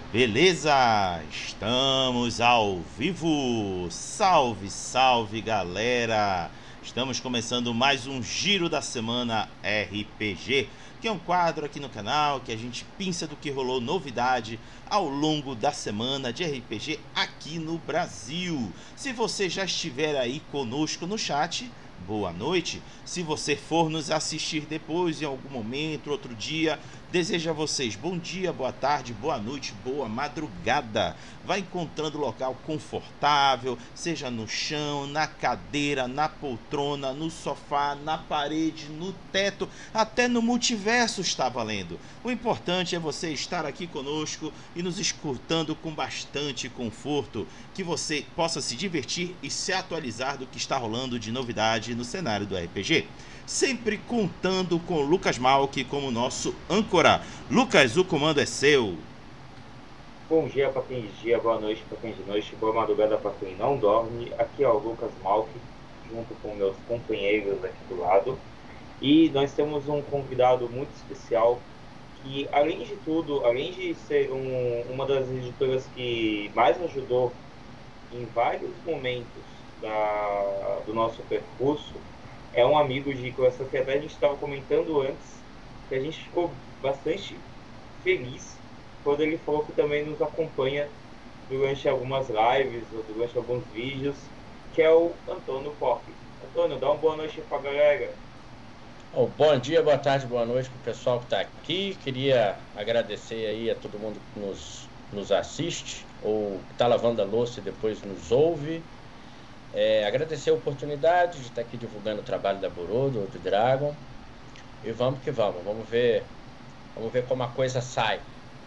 Beleza? Estamos ao vivo! Salve, salve galera! Estamos começando mais um Giro da Semana RPG, que é um quadro aqui no canal que a gente pinça do que rolou novidade ao longo da semana de RPG aqui no Brasil. Se você já estiver aí conosco no chat, boa noite. Se você for nos assistir depois, em algum momento, outro dia, desejo a vocês bom dia, boa tarde, boa noite, boa madrugada. Vai encontrando local confortável, seja no chão, na cadeira, na poltrona, no sofá, na parede, no teto, até no multiverso está valendo. O importante é você estar aqui conosco e nos escutando com bastante conforto, que você possa se divertir e se atualizar do que está rolando de novidade no cenário do RPG. Sempre contando com Lucas Malk como nosso âncora. Lucas, o comando é seu. Bom dia para quem de dia, boa noite para quem de noite, boa madrugada para quem não dorme. Aqui é o Lucas Malk, junto com meus companheiros aqui do lado. E nós temos um convidado muito especial que, além de tudo, além de ser uma das editoras que mais ajudou em vários momentos do nosso percurso, é um amigo de coração que até a gente estava comentando antes, que a gente ficou bastante feliz quando ele falou que também nos acompanha durante algumas lives ou durante alguns vídeos, que é o Antônio Pop. Antônio, dá uma boa noite para a galera. Bom dia, boa tarde, boa noite para o pessoal que está aqui. Queria agradecer aí a todo mundo que nos assiste ou que está lavando a louça e depois nos ouve. Agradecer a oportunidade de estar aqui divulgando o trabalho da Burô, do Dragon. E vamos que vamos, vamos ver como a coisa sai.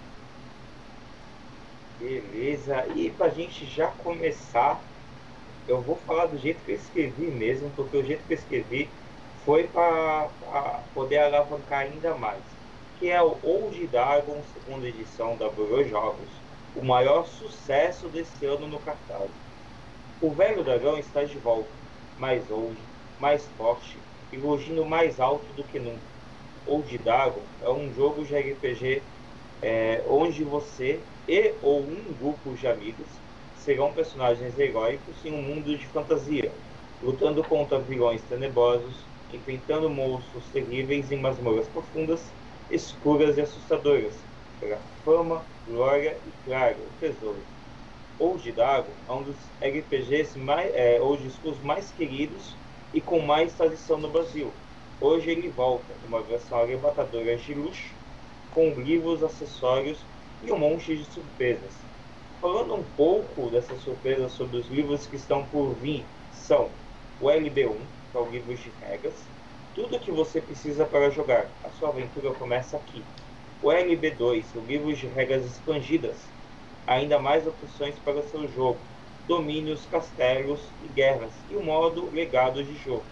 Beleza, e para a gente já começar, eu vou falar do jeito que eu escrevi mesmo, porque o jeito que eu escrevi foi para poder alavancar ainda mais, que é o Old Dragon, segunda edição da Burô Jogos, o maior sucesso desse ano no cartaz. O velho dragão está de volta, mais old, mais forte e rugindo mais alto do que nunca. Old Dragon é um jogo de RPG onde você ou um grupo de amigos serão personagens heróicos em um mundo de fantasia, lutando contra vilões tenebrosos, enfrentando monstros terríveis em masmorras profundas, escuras e assustadoras, para fama, glória e, claro, o tesouro. Old Dragon é um dos RPGs old schools mais queridos e com mais tradição no Brasil. Hoje ele volta em uma versão arrebatadora de luxo, com livros, acessórios e um monte de surpresas. Falando um pouco dessas surpresas sobre os livros que estão por vir, são o LB1, que é o livro de regras, tudo o que você precisa para jogar, a sua aventura começa aqui. O LB2, o livro de regras expandidas, ainda mais opções para o seu jogo, domínios, castelos e guerras, e o modo legado de jogo.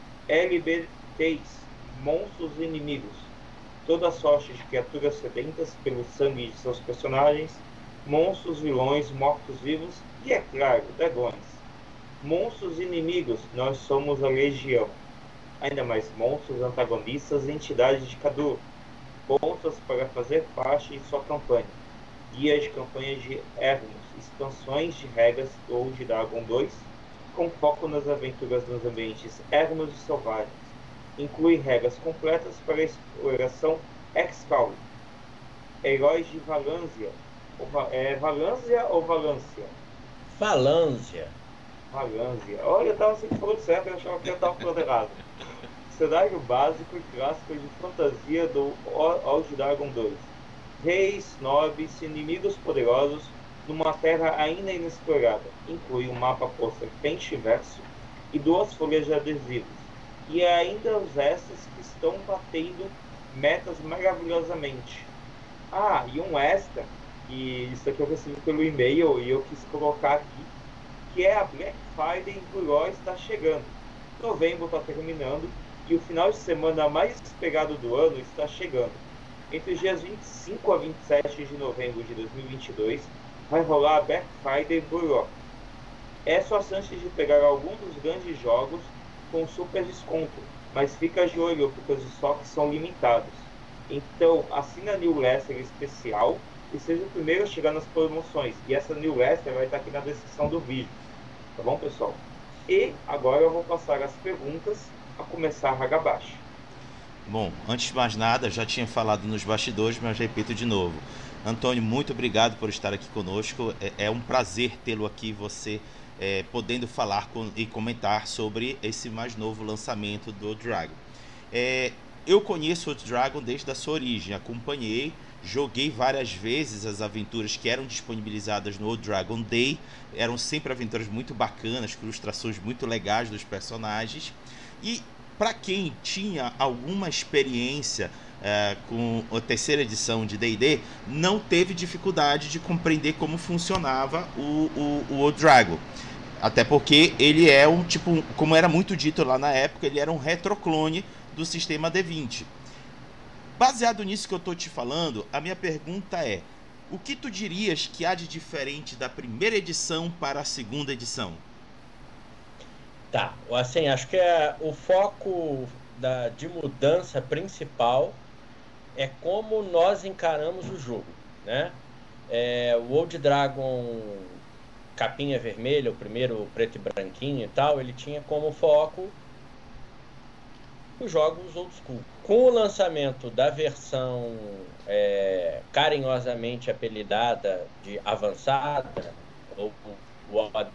LB3, monstros e inimigos, toda sorte de criaturas sedentas pelo sangue de seus personagens, monstros, vilões, mortos-vivos e, é claro, dragões. Monstros e inimigos, nós somos a Legião. Ainda mais monstros, antagonistas e entidades de Cadu. Pontos para fazer parte de sua campanha. Guia de campanha de Hermos, expansões de regras ou de Dragon 2, com foco nas aventuras nos ambientes Hermos e selvagens. Inclui regras completas para a exploração Excalibur. Heróis de Valância. Valância ou Valância? Valância. Olha, eu estava sempre falando certo, eu achava que eu estava falando errado. Cenário básico e clássico de fantasia do Old Dragon 2. Reis, nobres, inimigos poderosos numa terra ainda inexplorada. Inclui um mapa por serpente verso e 2 folhas de adesivos. E ainda os extras que estão batendo metas maravilhosamente. Ah, e um extra, e isso aqui eu recebi pelo e-mail e eu quis colocar aqui, que é a Black Friday Buró está chegando. Novembro está terminando e o final de semana mais esperado do ano está chegando. Entre os dias 25 a 27 de novembro de 2022, vai rolar a Black Friday Buró. É sua chance de pegar algum dos grandes jogos com super desconto, mas fica de olho porque os estoques são limitados. Então, assina a newsletter especial e seja o primeiro a chegar nas promoções. E essa newsletter vai estar aqui na descrição do vídeo. Tá bom, pessoal? E agora eu vou passar as perguntas, a começar a Hagabashi. Bom, antes de mais nada, já tinha falado nos bastidores, mas repito de novo. Antônio, muito obrigado por estar aqui conosco. É um prazer tê-lo aqui, você podendo falar e comentar sobre esse mais novo lançamento do Dragon. Eu conheço o Dragon desde a sua origem, acompanhei, joguei várias vezes as aventuras que eram disponibilizadas no Dragon Day. Eram sempre aventuras muito bacanas, com ilustrações muito legais dos personagens. E para quem tinha alguma experiência com a terceira edição de D&D, não teve dificuldade de compreender como funcionava o Dragon. Até porque ele é como era muito dito lá na época, ele era um retroclone do sistema D20. Baseado nisso que eu estou te falando, a minha pergunta é: o que tu dirias que há de diferente da primeira edição para a segunda edição? Tá, assim, acho que o foco de mudança principal é como nós encaramos o jogo, né? O Old Dragon capinha vermelha, o primeiro preto e branquinho e tal, ele tinha como foco os jogos old school. Com o lançamento da versão carinhosamente apelidada de avançada, ou o ODA,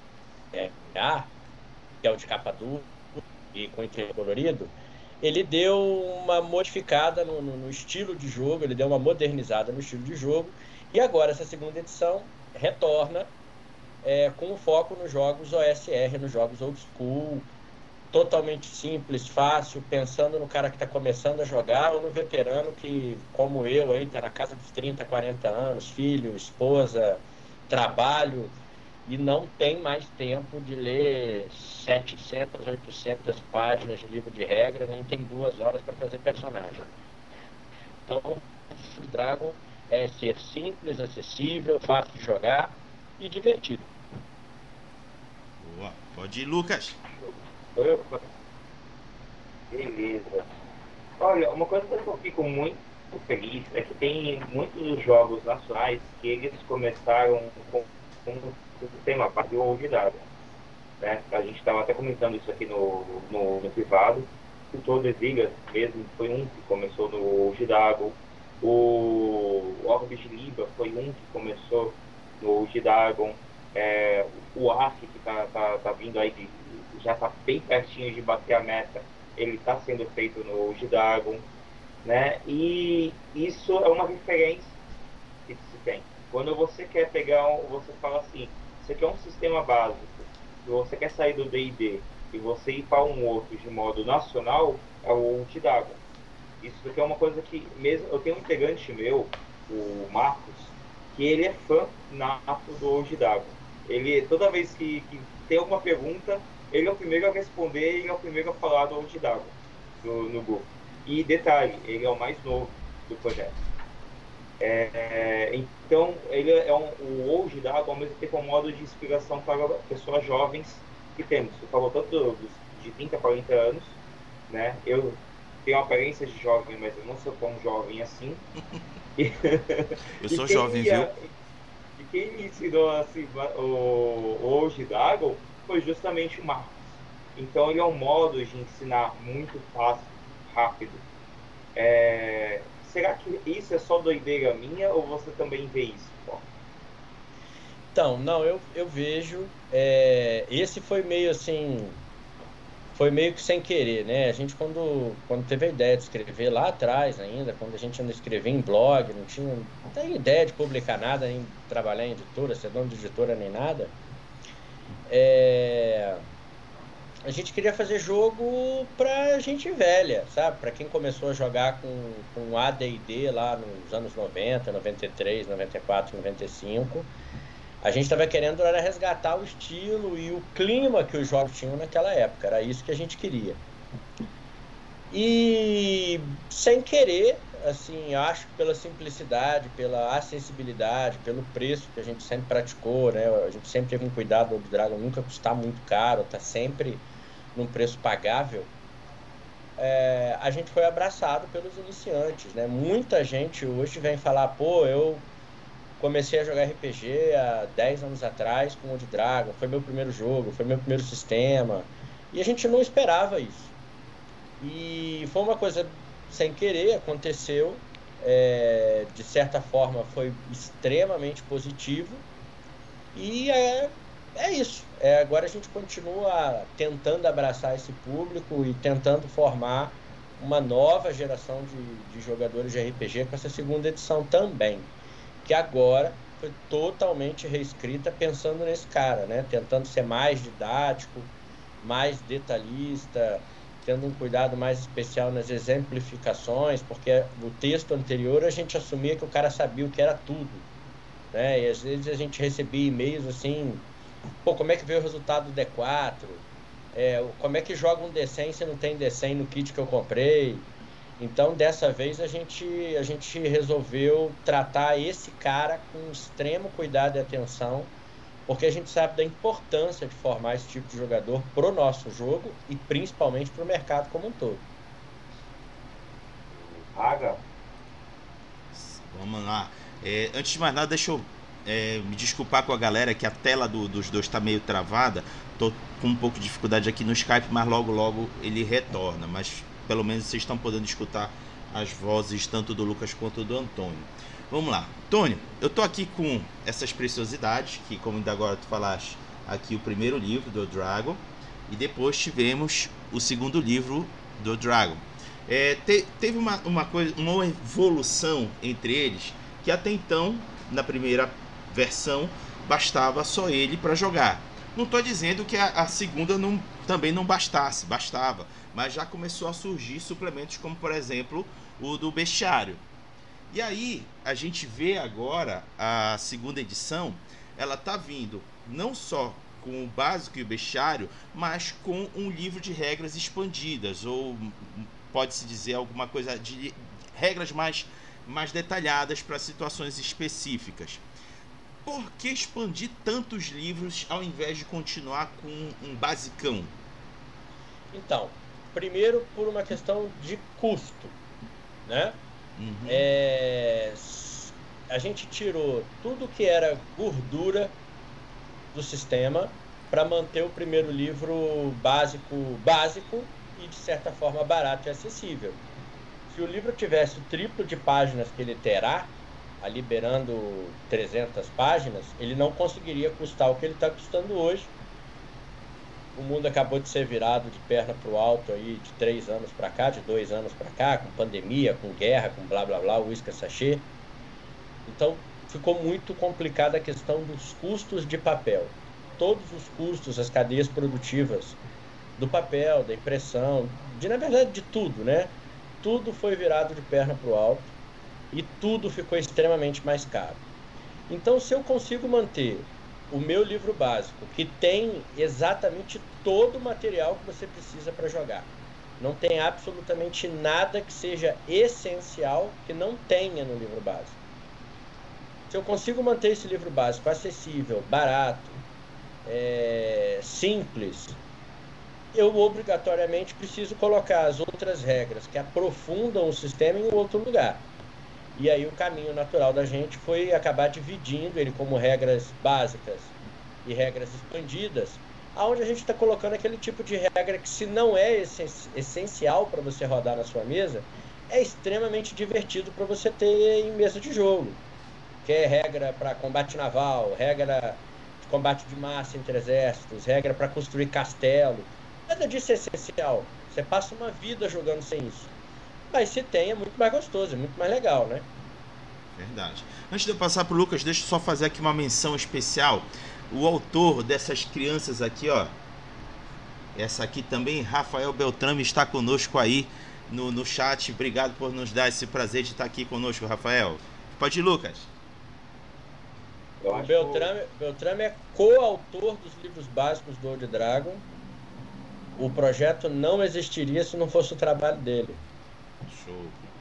que é o de capa dura e com interior colorido, ele deu uma modificada no estilo de jogo, ele deu uma modernizada no estilo de jogo, e agora essa segunda edição retorna com foco nos jogos OSR, nos jogos old school, totalmente simples, fácil, pensando no cara que está começando a jogar ou no veterano que, como eu, está na casa dos 30, 40 anos, filho, esposa, trabalho, e não tem mais tempo de ler 700, 800 páginas de livro de regra, nem tem 2 horas para fazer personagem. Então, o Dragon é ser simples, acessível, fácil de jogar e divertido. Boa. Pode ir, Lucas. Opa. Beleza. Olha, uma coisa que eu fico muito feliz é que tem muitos jogos nacionais que eles começaram com o sistema parte do Old Dragon, né? A gente estava até comentando isso aqui no privado. O Tordesilhas mesmo foi um que começou no Old Dragon. O Orbis de Liba foi um que começou no Old Dragon. O ARC que tá vindo aí, já está bem pertinho de bater a meta, ele está sendo feito no Old Dragon, né? E isso é uma referência que se tem. Quando você quer pegar, você fala assim, você quer um sistema básico, você quer sair do D&D e você ir para um outro de modo nacional, é o Old Dragon. Isso aqui é uma coisa que, mesmo eu tenho um integrante meu, o Marcos, que ele é fã nato do Old Dragon. Ele, toda vez que tem alguma pergunta, ele é o primeiro a responder, ele é o primeiro a falar do Old Dragon no grupo. E detalhe, ele é o mais novo do projeto. Então, ele é o Old Dragon, ao mesmo tempo, um modo de inspiração para pessoas jovens que temos. Eu falo tanto de 30 a 40 anos, né? Eu tenho uma aparência de jovem, mas eu não sou tão jovem assim. Eu sou jovem, viu? E quem me ensinou assim, o Old Dragon foi justamente o Marcos. Então ele é um modo de ensinar muito fácil, rápido. Será que isso é só doideira minha ou você também vê isso? Então, não, eu vejo. Esse foi meio assim. Foi meio que sem querer, né? A gente, quando teve a ideia de escrever lá atrás ainda, quando a gente ainda escrevia em blog, não tinha ideia de publicar nada, nem trabalhar em editora, ser dono de editora, nem nada. A gente queria fazer jogo pra gente velha, sabe? Pra quem começou a jogar com AD&D lá nos anos 90, 93, 94, 95. A gente estava querendo era resgatar o estilo e o clima que os jogos tinham naquela época. Era isso que a gente queria. E sem querer, assim, acho que pela simplicidade, pela acessibilidade, pelo preço que a gente sempre praticou, né? A gente sempre teve um cuidado do Dragon nunca custar muito caro, tá sempre num preço pagável. A gente foi abraçado pelos iniciantes, né? Muita gente hoje vem falar, pô, eu comecei a jogar RPG há 10 anos atrás com o Old Dragon, foi meu primeiro jogo, foi meu primeiro sistema, e a gente não esperava isso. E foi uma coisa sem querer, aconteceu, de certa forma foi extremamente positivo, e é isso. Agora a gente continua tentando abraçar esse público e tentando formar uma nova geração de jogadores de RPG com essa segunda edição também, que agora foi totalmente reescrita pensando nesse cara, né? Tentando ser mais didático, mais detalhista, tendo um cuidado mais especial nas exemplificações, porque o texto anterior a gente assumia que o cara sabia o que era tudo, né? E às vezes a gente recebia e-mails assim, pô, como é que veio o resultado do D4? Como é que joga um D100 se não tem D100 no kit que eu comprei? Então, dessa vez, a gente resolveu tratar esse cara com extremo cuidado e atenção, porque a gente sabe da importância de formar esse tipo de jogador pro nosso jogo e principalmente pro mercado como um todo. Raga? Vamos lá. Antes de mais nada, deixa eu me desculpar com a galera que a tela dos dois está meio travada. Tô com um pouco de dificuldade aqui no Skype, mas logo ele retorna. Mas pelo menos vocês estão podendo escutar as vozes tanto do Lucas quanto do Antônio. Vamos lá. Antônio, eu tô aqui com essas preciosidades, que como ainda agora tu falaste, aqui o primeiro livro do Dragon, e depois tivemos o segundo livro do Dragon. Teve uma evolução entre eles, que até então, na primeira versão, bastava só ele para jogar. Não estou dizendo que a segunda também não bastava, mas já começou a surgir suplementos como, por exemplo, o do Bestiário. E aí, a gente vê agora a segunda edição, ela tá vindo não só com o básico e o Bestiário, mas com um livro de regras expandidas, ou pode-se dizer alguma coisa de regras mais detalhadas para situações específicas. Por que expandir tantos livros ao invés de continuar com um basicão? Então, primeiro por uma questão de custo, né? Uhum. A gente tirou tudo que era gordura do sistema para manter o primeiro livro básico e de certa forma barato e acessível. Se o livro tivesse o triplo de páginas que ele terá, liberando 300 páginas, ele não conseguiria custar o que ele está custando hoje. O mundo acabou de ser virado de perna para o alto aí de 3 anos para cá, de 2 anos para cá, com pandemia, com guerra, com blá blá blá, uísque sachê. Então ficou muito complicada a questão dos custos de papel. Todos os custos, as cadeias produtivas do papel, da impressão, na verdade de tudo, né? Tudo foi virado de perna para o alto e tudo ficou extremamente mais caro. Então, se eu consigo manter o meu livro básico, que tem exatamente todo o material que você precisa para jogar, não tem absolutamente nada que seja essencial que não tenha no livro básico. Se eu consigo manter esse livro básico acessível, barato, simples, eu obrigatoriamente preciso colocar as outras regras que aprofundam o sistema em outro lugar. E aí o caminho natural da gente foi acabar dividindo ele como regras básicas e regras expandidas, aonde a gente está colocando aquele tipo de regra que, se não é essencial para você rodar na sua mesa, é extremamente divertido para você ter em mesa de jogo. Que é regra para combate naval, regra de combate de massa entre exércitos, regra para construir castelo. Nada disso é essencial. Você passa uma vida jogando sem isso. Mas se tem, é muito mais gostoso, é muito mais legal, né? Verdade. Antes de eu passar pro Lucas, deixa eu só fazer aqui uma menção especial. O autor dessas crianças aqui, ó, essa aqui também, Rafael Beltrame, está conosco aí no chat. Obrigado por nos dar esse prazer de estar aqui conosco, Rafael. Pode ir, Lucas. O Beltrame é coautor dos livros básicos do Old Dragon. O projeto não existiria se não fosse o trabalho dele. Show.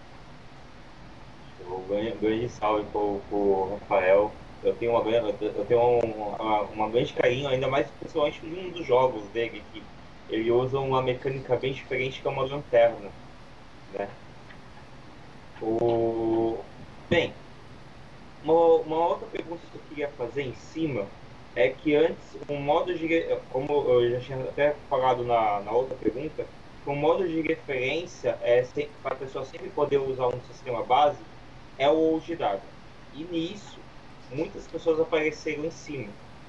Grande salve pro Rafael. Eu tenho uma grande carinho, ainda mais principalmente em um dos jogos dele, que ele usa uma mecânica bem diferente, que é uma lanterna, né? Bem, uma outra pergunta que eu queria fazer em cima é que antes, um modo de, como eu já tinha até falado na outra pergunta, um modo de referência para a pessoa sempre poder usar um sistema base é o Old Dragon. E nisso, muitas pessoas apareceram em cima.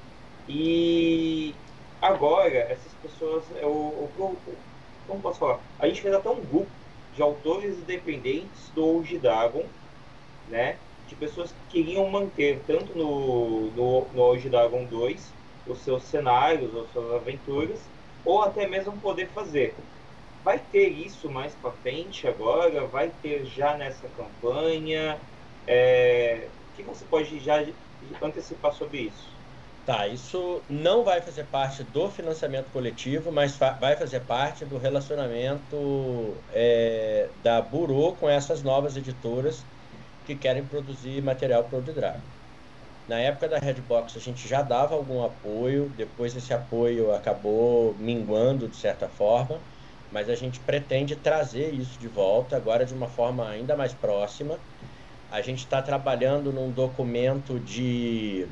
E agora, essas pessoas, como posso falar? A gente fez até um grupo de autores independentes do Old Dragon, né? De pessoas que queriam manter, tanto no Old Dragon 2, os seus cenários, as suas aventuras, ou até mesmo poder fazer. Vai ter isso mais para frente agora? Vai ter já nessa campanha? O que você pode já antecipar sobre isso? Tá, isso não vai fazer parte do financiamento coletivo, mas vai fazer parte do relacionamento da Burô com essas novas editoras que querem produzir material para o Old Dragon. Na época da Redbox a gente já dava algum apoio, depois esse apoio acabou minguando de certa forma, mas a gente pretende trazer isso de volta, agora de uma forma ainda mais próxima. A gente está trabalhando num documento de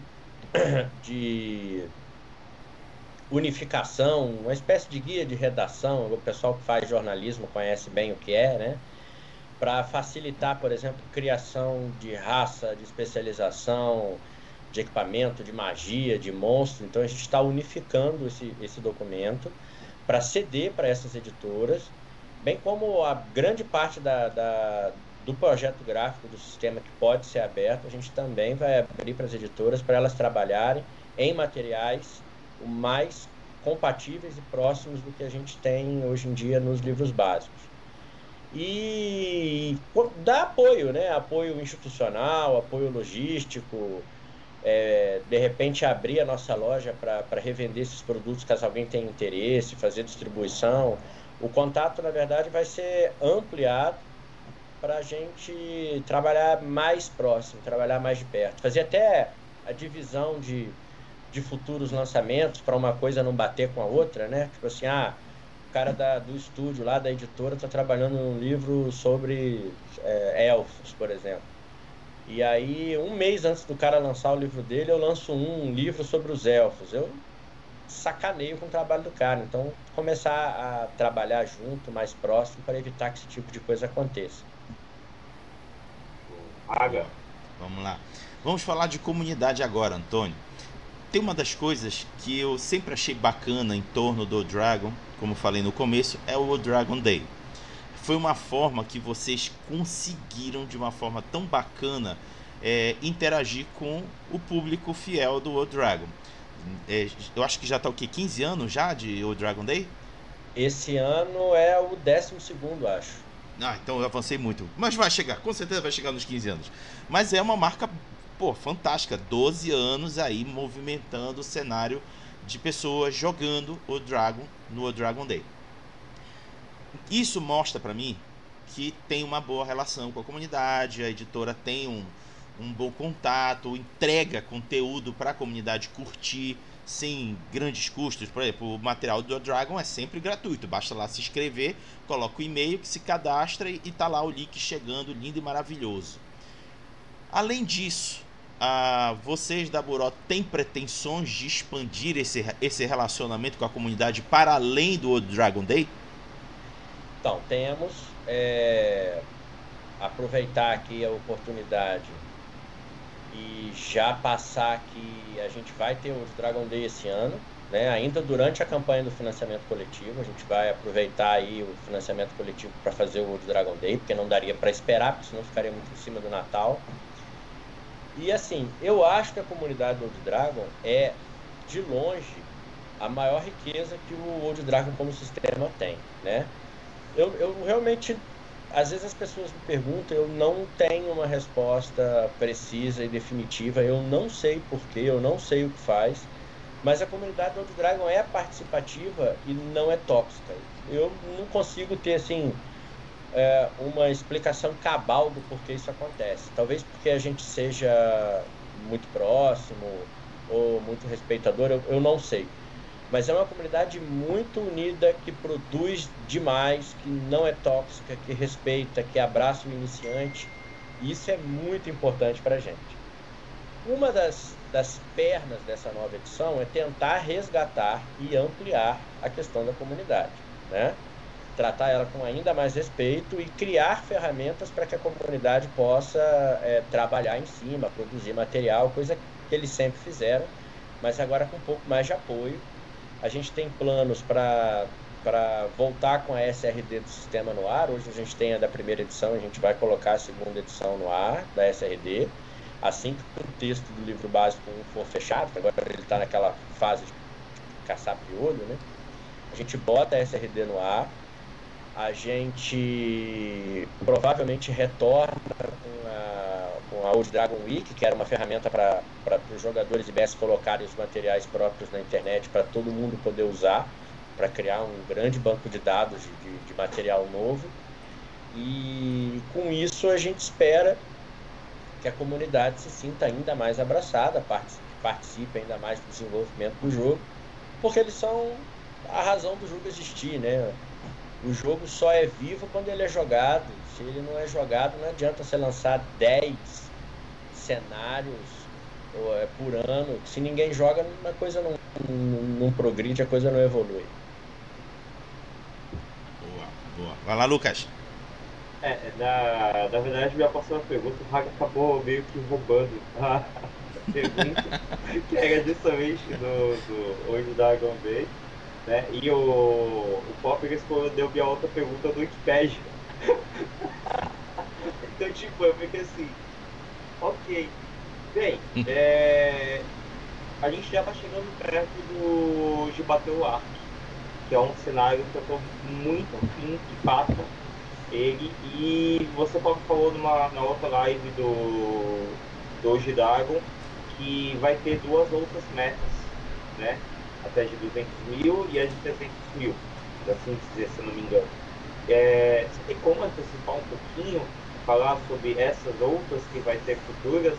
unificação, uma espécie de guia de redação, o pessoal que faz jornalismo conhece bem o que é, né? Para facilitar, por exemplo, criação de raça, de especialização, de equipamento, de magia, de monstro. Então a gente está unificando esse documento para ceder para essas editoras, bem como a grande parte do projeto gráfico do sistema que pode ser aberto, a gente também vai abrir para as editoras para elas trabalharem em materiais o mais compatíveis e próximos do que a gente tem hoje em dia nos livros básicos. E dá apoio, né? Apoio institucional, apoio logístico, de repente abrir a nossa loja para revender esses produtos caso alguém tenha interesse, fazer distribuição. O contato, na verdade, vai ser ampliado para a gente trabalhar mais próximo, trabalhar mais de perto. Fazer até a divisão de futuros lançamentos para uma coisa não bater com a outra, né? Tipo assim, o cara do estúdio lá, da editora, está trabalhando num livro sobre elfos, por exemplo. E aí, um mês antes do cara lançar o livro dele, eu lanço um livro sobre os elfos. Eu sacaneio com o trabalho do cara. Então, começar a trabalhar junto, mais próximo, para evitar que esse tipo de coisa aconteça. Vamos lá. Vamos falar de comunidade agora, Antônio. Tem uma das coisas que eu sempre achei bacana em torno do Dragon, como falei no começo, é o Dragon Day. Foi uma forma que vocês conseguiram, de uma forma tão bacana, interagir com o público fiel do Old Dragon. Eu acho que já está o quê? 15 anos já de Old Dragon Day? Esse ano é o 12º, acho. Então eu avancei muito. Mas vai chegar, com certeza vai chegar nos 15 anos. Mas é uma marca, fantástica. 12 anos aí movimentando o cenário de pessoas jogando o Dragon no Old Dragon Day. Isso mostra para mim que tem uma boa relação com a comunidade, a editora tem um bom contato, entrega conteúdo para a comunidade curtir sem grandes custos. Por exemplo, o material do Dragon é sempre gratuito, basta lá se inscrever, coloca o e-mail que se cadastra e tá lá o link chegando, lindo e maravilhoso. Além disso, vocês da Buró têm pretensões de expandir esse relacionamento com a comunidade para além do Dragon Day? Então, temos. Aproveitar aqui a oportunidade e já passar que a gente vai ter o Dragon Day esse ano, né? Ainda durante a campanha do financiamento coletivo, a gente vai aproveitar aí o financiamento coletivo para fazer o Dragon Day, porque não daria para esperar, porque senão ficaria muito em cima do Natal. E assim, eu acho que a comunidade do Old Dragon é, de longe, a maior riqueza que o Old Dragon como sistema tem, né? Eu realmente, às vezes as pessoas me perguntam, eu não tenho uma resposta precisa e definitiva, eu não sei porquê, eu não sei o que faz, mas a comunidade do Old Dragon é participativa e não é tóxica. Eu não consigo ter, assim, uma explicação cabal do porquê isso acontece. Talvez porque a gente seja muito próximo ou muito respeitador, eu não sei. Mas é uma comunidade muito unida, que produz demais, que não é tóxica, que respeita, que abraça o iniciante. E isso é muito importante para a gente. Uma das pernas dessa nova edição é tentar resgatar e ampliar a questão da comunidade, né? Tratar ela com ainda mais respeito e criar ferramentas para que a comunidade possa trabalhar em cima, produzir material, coisa que eles sempre fizeram, mas agora com um pouco mais de apoio. A gente tem planos para voltar com a SRD do sistema no ar. Hoje a gente tem a da primeira edição, a gente vai colocar a segunda edição no ar da SRD, assim que o texto do livro básico for fechado. Agora ele está naquela fase de caçar piolho, né? A gente bota a SRD no ar. A gente provavelmente retorna com a Old Dragon Week, que era uma ferramenta para os jogadores IBS colocarem os materiais próprios na internet para todo mundo poder usar, para criar um grande banco de dados de material novo. E com isso a gente espera que a comunidade se sinta ainda mais abraçada, participe ainda mais do desenvolvimento do jogo, porque eles são a razão do jogo existir, né? O jogo só é vivo quando ele é jogado. Se ele não é jogado, não adianta você lançar 10 cenários por ano. Se ninguém joga, a coisa não progride, a coisa não evolui. Boa. Vai lá, Lucas. Na verdade, minha próxima pergunta, o Raga acabou meio que roubando a pergunta, que era justamente do Old Dragon Bay. Né? E o Pop respondeu minha outra pergunta do Wikipedia. Então, tipo, eu fiquei assim, ok. Bem, a gente já tá chegando perto de bater o Ark, que é um cenário que eu tô muito afim que faça ele. E você falou na outra live do Old Dragon que vai ter duas outras metas, né? Até de 200 mil e a de 300 mil, assim dizer, se eu não me engano. Você tem como antecipar um pouquinho, falar sobre essas outras que vai ter futuras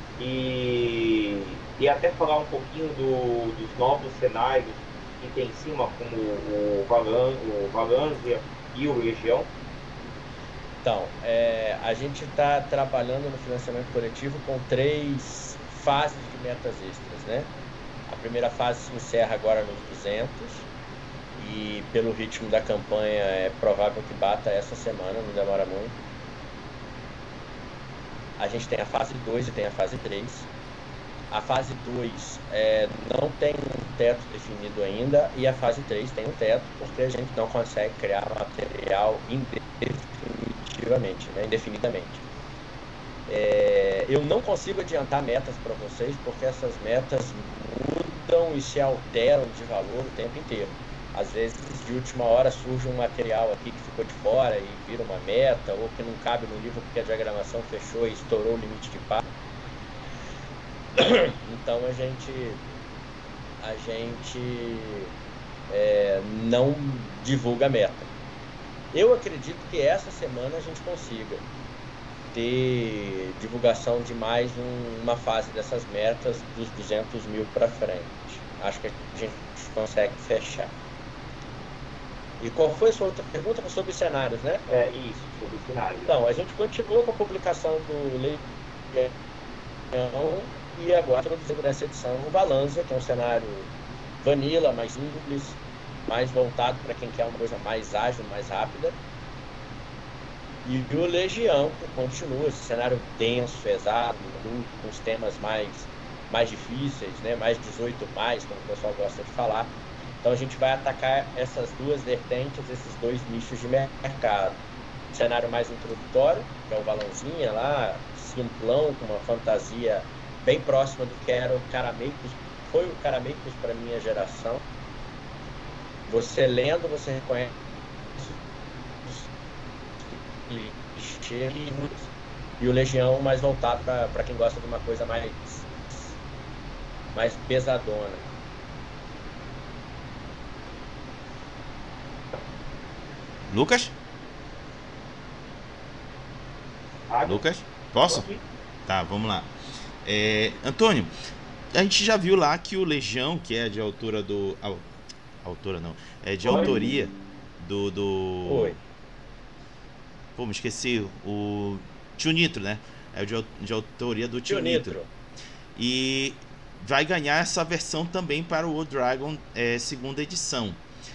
e até falar um pouquinho dos novos cenários que tem em cima, como o Valanzia e o Legião? Então, a gente está trabalhando no financiamento coletivo com 3 fases de metas extras, né? A primeira fase se encerra agora nos 200 e pelo ritmo da campanha é provável que bata essa semana, não demora muito. A gente tem a fase 2 e tem a fase 3. A fase 2 não tem um teto definido ainda e a fase 3 tem um teto porque a gente não consegue criar material indefinidamente. Eu não consigo adiantar metas para vocês porque essas metas mudam e se alteram de valor o tempo inteiro. Às vezes, de última hora, surge um material aqui que ficou de fora e vira uma meta, ou que não cabe no livro porque a diagramação fechou e estourou o limite de página. Então a gente não divulga a meta. Eu acredito que essa semana a gente consiga ter divulgação de mais uma fase dessas metas dos 200 mil para frente. Acho que a gente consegue fechar. E qual foi a sua outra pergunta? Sobre cenários, né? Isso, sobre cenários. Então, a gente continua com a publicação do Legião e agora produzindo nessa edição o Valanzia, que é um cenário vanilla, mais simples, mais voltado para quem quer uma coisa mais ágil, mais rápida. E o Legião, que continua esse cenário denso, pesado, com os temas mais difíceis, né? Mais 18+, como o pessoal gosta de falar. Então a gente vai atacar essas duas vertentes, esses dois nichos de mercado. O cenário mais introdutório, que é o Valanzinha lá, simplão, com uma fantasia bem próxima do que era o Carameicos, foi o Carameicos para minha geração. Você lendo, você reconhece e o Legião mais voltado para quem gosta de uma coisa mais pesadona. Lucas? Lucas? Posso? Tá, vamos lá. Antônio, a gente já viu lá que o Legião, que é de autoria do... autoria do... Oi. Pô, me esqueci. O Tio Nitro, né? É de autoria do Tio Nitro. e vai ganhar essa versão também para o World Dragon segunda edição.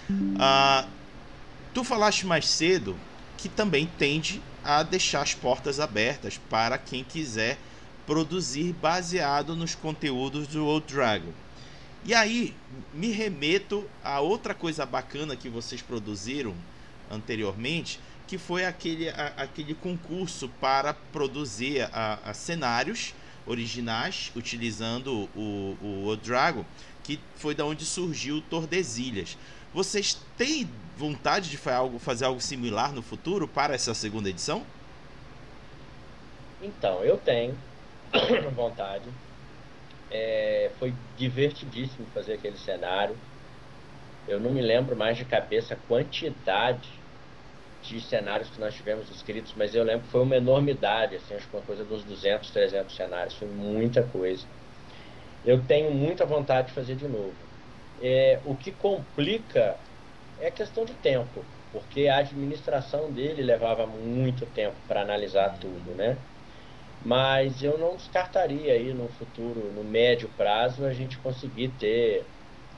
Tu falaste mais cedo que também tende a deixar as portas abertas para quem quiser produzir baseado nos conteúdos do World Dragon. E aí, me remeto a outra coisa bacana que vocês produziram anteriormente, que foi aquele concurso para produzir cenários originais, utilizando o World Dragon, que foi da onde surgiu o Tordesilhas. Vocês têm vontade de fazer algo similar no futuro para essa segunda edição? Então, eu tenho vontade. Foi divertidíssimo fazer aquele cenário. Eu não me lembro mais de cabeça a quantidade de cenários que nós tivemos escritos, mas eu lembro que foi uma enormidade, assim, acho que uma coisa dos 200, 300 cenários, foi muita coisa. Eu tenho muita vontade de fazer de novo. O que complica é a questão de tempo, porque a administração dele levava muito tempo para analisar tudo, né? Mas eu não descartaria aí no futuro, no médio prazo, a gente conseguir ter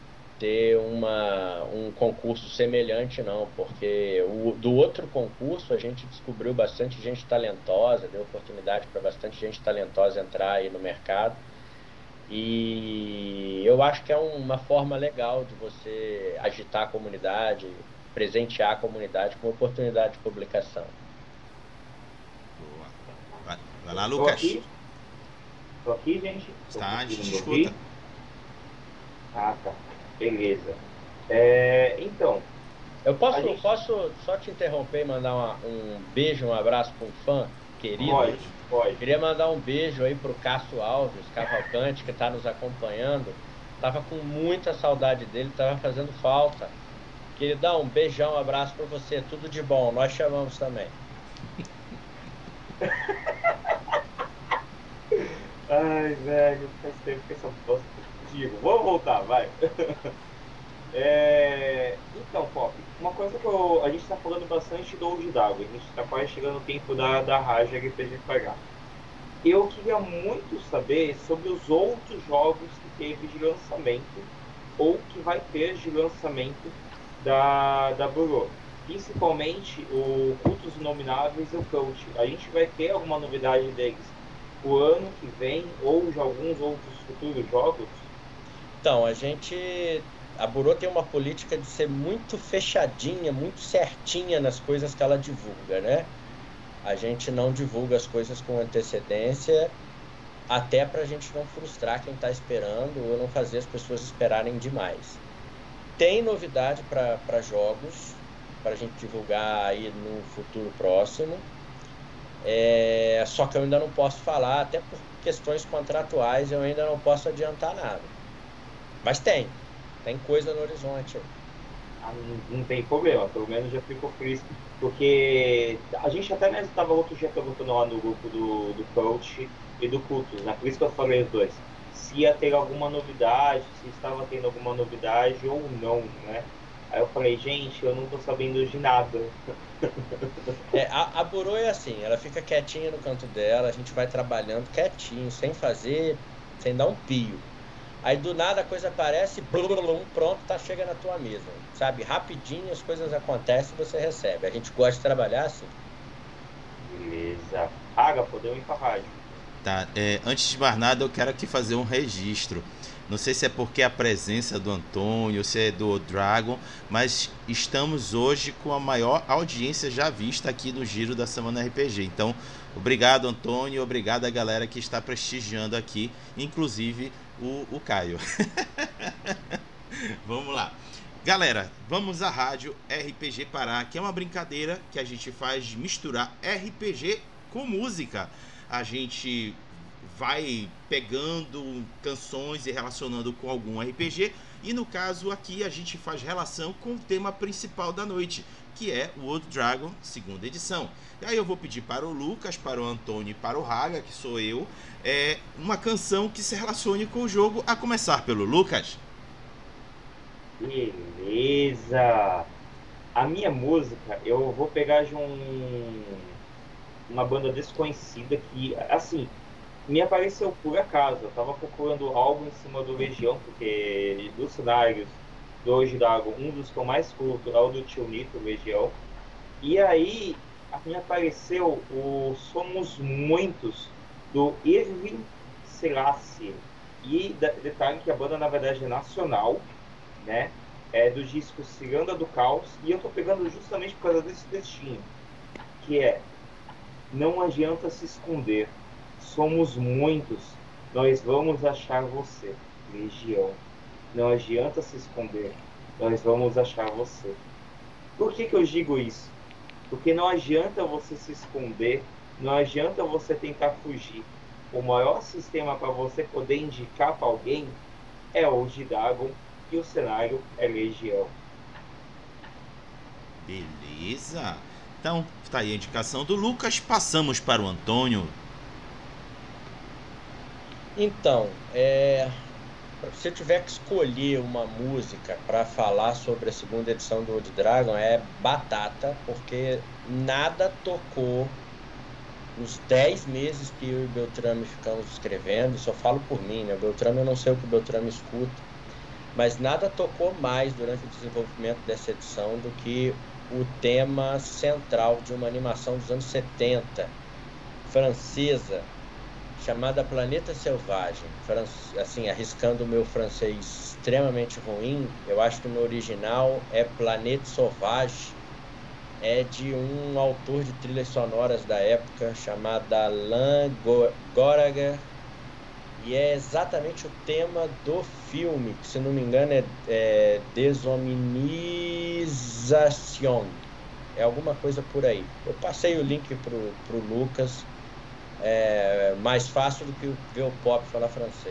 um concurso semelhante, não, porque do outro concurso a gente descobriu bastante gente talentosa, deu oportunidade para bastante gente talentosa entrar aí no mercado, e eu acho que é uma forma legal de você agitar a comunidade, presentear a comunidade com oportunidade de publicação. Vai lá, Lucas. Tô aqui, gente. Tá, a gente escuta. Ah, tá. Beleza. Então... Eu posso só te interromper e mandar um beijo, um abraço para um fã querido? Pode. Queria mandar um beijo aí pro Cássio Alves, Cavalcante, que está nos acompanhando. Tava com muita saudade dele, tava fazendo falta. Queria dar um beijão, um abraço para você. Tudo de bom. Nós chamamos também. Ai, velho, faz tempo que essa bosta contigo. Vamos voltar, vai. Então, Pop, uma coisa que a gente tá falando bastante do Old Dragon, a gente tá quase chegando no tempo da Raja RPG pagar. Eu queria muito saber sobre os outros jogos que teve de lançamento, ou que vai ter de lançamento da Burô. Principalmente o Cultos Inomináveis e o Cult. A gente vai ter alguma novidade deles o ano que vem, ou de alguns outros futuros jogos? Então, a Burô tem uma política de ser muito fechadinha, muito certinha nas coisas que ela divulga, né? A gente não divulga as coisas com antecedência, até para a gente não frustrar quem está esperando ou não fazer as pessoas esperarem demais. Tem novidade para jogos, para a gente divulgar aí no futuro próximo. Só que eu ainda não posso falar, até por questões contratuais eu ainda não posso adiantar nada. Mas tem coisa no horizonte. Não tem problema, pelo menos já ficou feliz, porque a gente até mesmo estava outro dia perguntando lá no grupo do Coach e do Cultus, né? Por isso que eu falei os dois, se ia ter alguma novidade, se estava tendo alguma novidade ou não, né? Aí eu falei, gente, eu não tô sabendo de nada. A Burô é assim, ela fica quietinha no canto dela, a gente vai trabalhando quietinho, sem dar um pio. Aí do nada a coisa aparece, pronto, chega na tua mesa, sabe? Rapidinho as coisas acontecem e você recebe. A gente gosta de trabalhar assim. Beleza. Podemos ir pra rádio. Tá, antes de mais nada eu quero aqui fazer um registro. Não sei se é porque a presença do Antônio, se é do Dragon, mas estamos hoje com a maior audiência já vista aqui no Giro da Semana RPG. Então, obrigado, Antônio, obrigado a galera que está prestigiando aqui, inclusive o Caio. Vamos lá. Galera, vamos à rádio RPG Pará, que é uma brincadeira que a gente faz de misturar RPG com música. A gente vai pegando canções e relacionando com algum RPG, e no caso aqui a gente faz relação com o tema principal da noite, que é o World Dragon, segunda edição. E aí eu vou pedir para o Lucas, para o Antônio e para o Raga, que sou eu, uma canção que se relacione com o jogo, a começar pelo Lucas. Beleza! A minha música, eu vou pegar de uma banda desconhecida que, assim, Me apareceu por acaso. Eu tava procurando algo em cima do Legião, porque dos cenários do Hoje Dragon, um dos que eu mais curto é o do Tio Nito, Legião. E aí me apareceu o Somos Muitos, do Irving Selassie. E detalhe que a banda na verdade é nacional, né? É do disco Ciranda do Caos. E eu tô pegando justamente por causa desse textinho, que é: não adianta se esconder, somos muitos, nós vamos achar você, Legião. Não adianta se esconder, nós vamos achar você. Por que eu digo isso? Porque não adianta você se esconder, não adianta você tentar fugir. O maior sistema para você poder indicar para alguém é o de Dagon e o cenário é Legião. Beleza. Então, está aí a indicação do Lucas. Passamos para o Antônio. Então, se eu tiver que escolher uma música para falar sobre a segunda edição do Old Dragon, é batata, porque nada tocou nos 10 meses que eu e o Beltrame ficamos escrevendo. Só falo por mim, né? O Beltrame, eu não sei o que o Beltrame escuta, mas nada tocou mais durante o desenvolvimento dessa edição do que o tema central de uma animação dos anos 70, francesa, chamada Planeta Selvagem. Assim, arriscando o meu francês extremamente ruim, eu acho que no original é Planète Sauvage, é de um autor de trilhas sonoras da época chamado Alain Goraguer, e é exatamente o tema do filme, que se não me engano é Deshominization, é alguma coisa por aí. Eu passei o link pro Lucas. É mais fácil do que ver o Pop falar francês.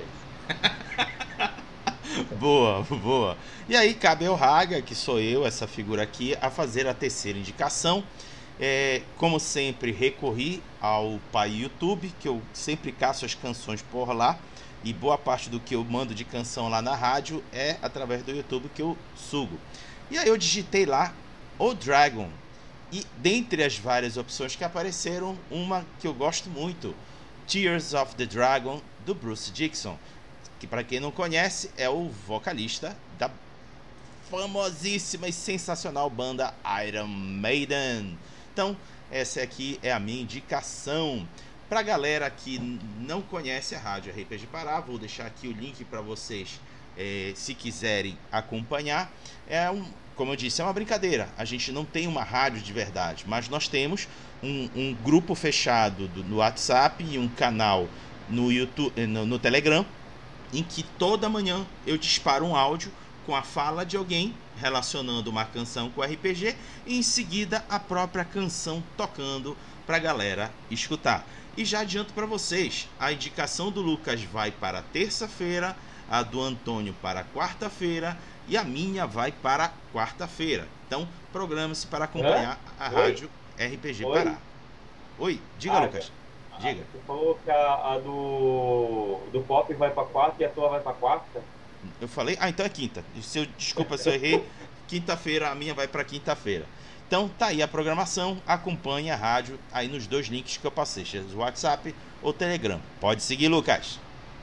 Boa, boa. E aí cabe ao Raga, que sou eu, essa figura aqui, a fazer a terceira indicação. Como sempre, recorri ao pai YouTube, que eu sempre caço as canções por lá, e boa parte do que eu mando de canção lá na rádio é através do YouTube que eu sugo. E aí eu digitei lá O Dragon, e dentre as várias opções que apareceram, uma que eu gosto muito, Tears of the Dragon, do Bruce Dickinson, que para quem não conhece é o vocalista da famosíssima e sensacional banda Iron Maiden. Então essa aqui é a minha indicação. Pra galera que não conhece a Rádio RPG Pará, vou deixar aqui o link para vocês, se quiserem acompanhar. Como eu disse, é uma brincadeira. A gente não tem uma rádio de verdade, mas nós temos um grupo fechado no WhatsApp e um canal no YouTube, no Telegram, em que toda manhã eu disparo um áudio com a fala de alguém relacionando uma canção com RPG e em seguida a própria canção tocando para a galera escutar. E já adianto para vocês, a indicação do Lucas vai para terça-feira, a do Antônio para quarta-feira e a minha vai para quarta-feira. Então, programe-se para acompanhar a Rádio RPG Pará. Oi, diga, Lucas. Diga. Você falou que a do Pop vai para quarta e a tua vai para quarta? Eu falei? Então é quinta. Desculpa se eu errei. Quinta-feira, a minha vai para quinta-feira. Então tá aí a programação, acompanhe a rádio aí nos dois links que eu passei, seja o WhatsApp ou Telegram. Pode seguir, Lucas.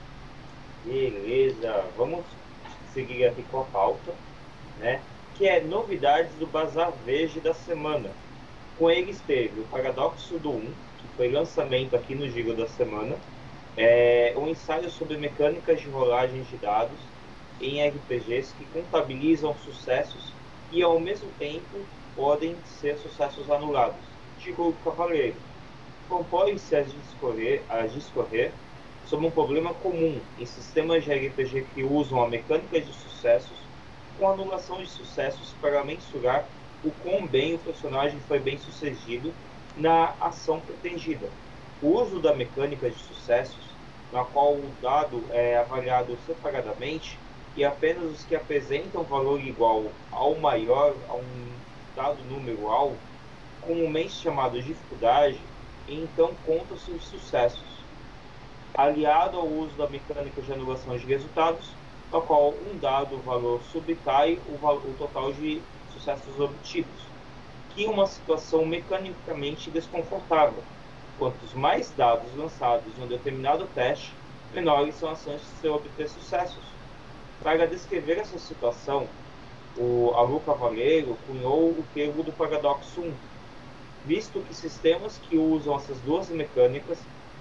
Beleza, vamos seguir aqui com a pauta, né? Que é novidades do Bazar Verde da semana. Com ele esteve o Paradoxo do 1, que foi lançamento aqui no Giro da Semana, um ensaio sobre mecânicas de rolagens de dados em RPGs que contabilizam sucessos e ao mesmo tempo podem ser sucessos anulados, tipo o Cavaleiro. Propõe-se a discorrer sobre um problema comum em sistemas de RPG que usam a mecânica de sucessos com anulação de sucessos para mensurar o quão bem o personagem foi bem sucedido na ação pretendida. O uso da mecânica de sucessos, na qual o dado é avaliado separadamente e apenas os que apresentam valor igual ao maior a um dado número alvo, comumente chamado de dificuldade, e então conta-se os sucessos, aliado ao uso da mecânica de anulação de resultados, na qual um dado valor subtrai o total de sucessos obtidos, que é uma situação mecanicamente desconfortável, Quantos mais dados lançados em um determinado teste, menores são as chances de se obter sucessos. Para descrever essa situação, a Lu Cavaliero cunhou o termo do paradoxo 1, visto que sistemas que usam essas duas mecânicas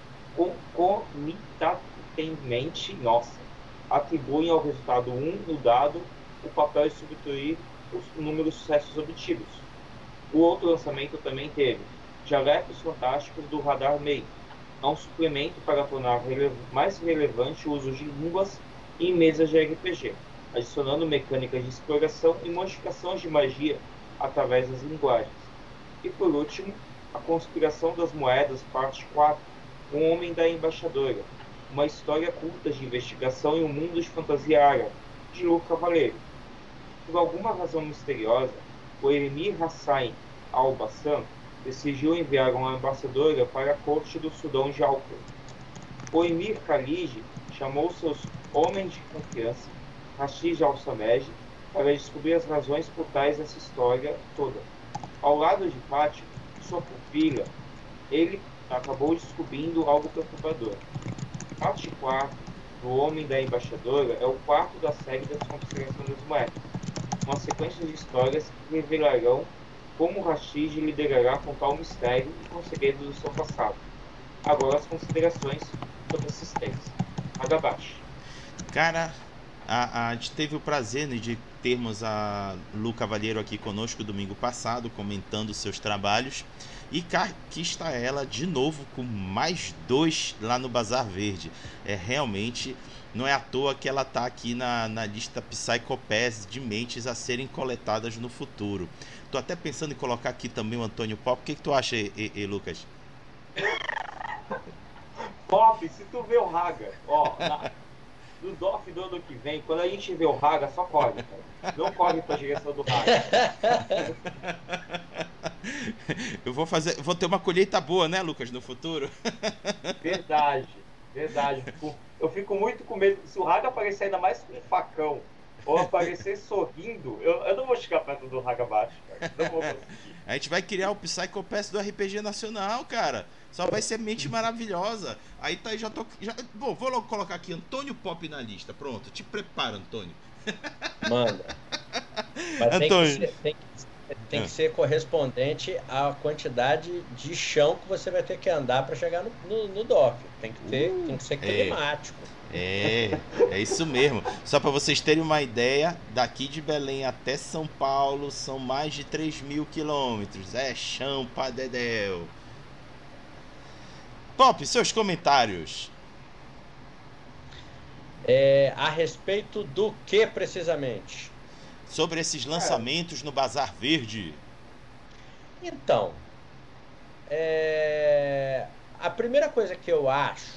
concomitantemente, atribuem ao resultado 1 no dado o papel de subtrair o número de sucessos obtidos. O outro lançamento também teve Jalecos Fantásticos do Radar MEI, um suplemento para tornar mais relevante o uso de línguas em mesas de RPG, adicionando mecânicas de exploração e modificações de magia através das linguagens. E por último, A Conspiração das Moedas, parte 4, O Homem da Embaixadora, uma história curta de investigação em um mundo de fantasia árabe, de Lu Cavaliero. Por alguma razão misteriosa, o Emir Hassan al-Bassam decidiu enviar uma embaixadora para a corte do Sudão de Alper. O Emir Khalid chamou seus homens de confiança, Rashid al-Samed, para descobrir as razões por trás dessa história toda. Ao lado de Fátima, sua pupila, ele acabou descobrindo algo perturbador. Parte 4, do Homem da Embaixadora, é o quarto da série das Conspirações das Moedas, uma sequência de histórias que revelarão como Rashid liderará com tal mistério e com segredos do seu passado. Agora as considerações sobre esses temas. Agabashi. Cara, a gente teve o prazer, né, de termos a Lu Cavaliero aqui conosco domingo passado, comentando seus trabalhos. E aqui está ela de novo com mais 2 lá no Bazar Verde. Realmente, não é à toa que ela está aqui na lista Psychopaths de mentes a serem coletadas no futuro. Tô até pensando em colocar aqui também o Antônio Pop. O que tu acha, Lucas? Pop, se tu vê o Raga, no DOF do ano que vem, quando a gente vê o Raga, só corre, cara. Não corre pra direção do Raga. Eu vou ter uma colheita boa, né, Lucas, no futuro? Verdade. Eu fico muito com medo. Se o Raga aparecer ainda mais com um facão, ou aparecer sorrindo, eu não vou chegar perto do Hagabashi, cara. Não vou conseguir. A gente vai criar o Psychopath do RPG Nacional, cara. Só vai ser mente maravilhosa. Aí tá, Bom, vou logo colocar aqui Antônio Pop na lista. Pronto, te prepara, Antônio. Manda. Mas Antônio. Tem que ser correspondente à quantidade de chão que você vai ter que andar para chegar no DOF. Tem que ser climático. É isso mesmo. Só para vocês terem uma ideia, daqui de Belém até São Paulo são mais de 3.000 quilômetros. É chão pra dedéu. Pop, seus comentários. A respeito do que precisamente? Sobre esses lançamentos no Bazar Verde. Então, a primeira coisa que eu acho...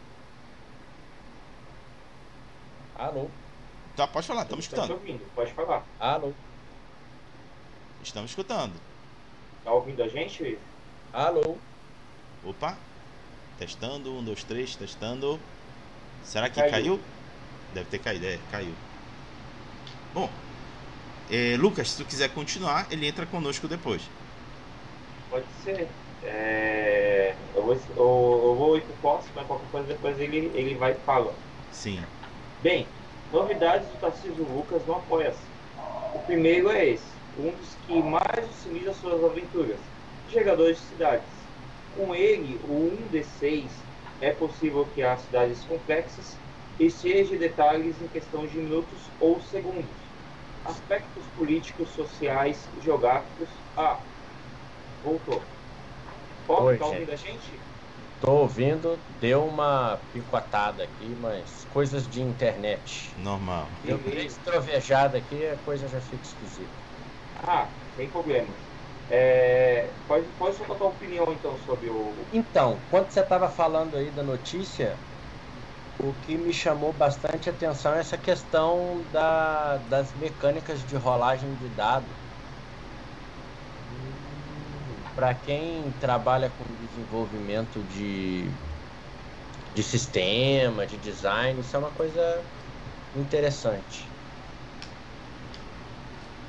Alô? Tá, pode falar, estamos escutando. Ouvindo, pode falar. Alô? Estamos escutando. Tá ouvindo a gente? Alô? Opa. Testando, 1, 2, 3, testando. Será que caiu? Deve ter caído, caiu. Bom, Lucas, se tu quiser continuar, ele entra conosco depois. Pode ser. Eu vou ir pro próximo, mas qualquer coisa depois ele vai falar. Sim. Bem, novidades do Tarcísio Lucas no Apoia-se. O primeiro é esse, um dos que mais utiliza suas aventuras, Geradores de Cidades. Com ele, o 1D6 é possível criar cidades complexas e cheias de detalhes em questão de minutos ou segundos. Aspectos políticos, sociais, geográficos. Voltou. Pop, tá ouvindo a gente? Tô ouvindo, deu uma picotada aqui, mas coisas de internet. Normal. Deu três trovejadas aqui, a coisa já fica esquisita. Sem problema. Pode soltar a tua opinião então sobre o... Então, quando você estava falando aí da notícia, o que me chamou bastante atenção é essa questão das mecânicas de rolagem de dados. Para quem trabalha com desenvolvimento de sistema, de design, isso é uma coisa interessante.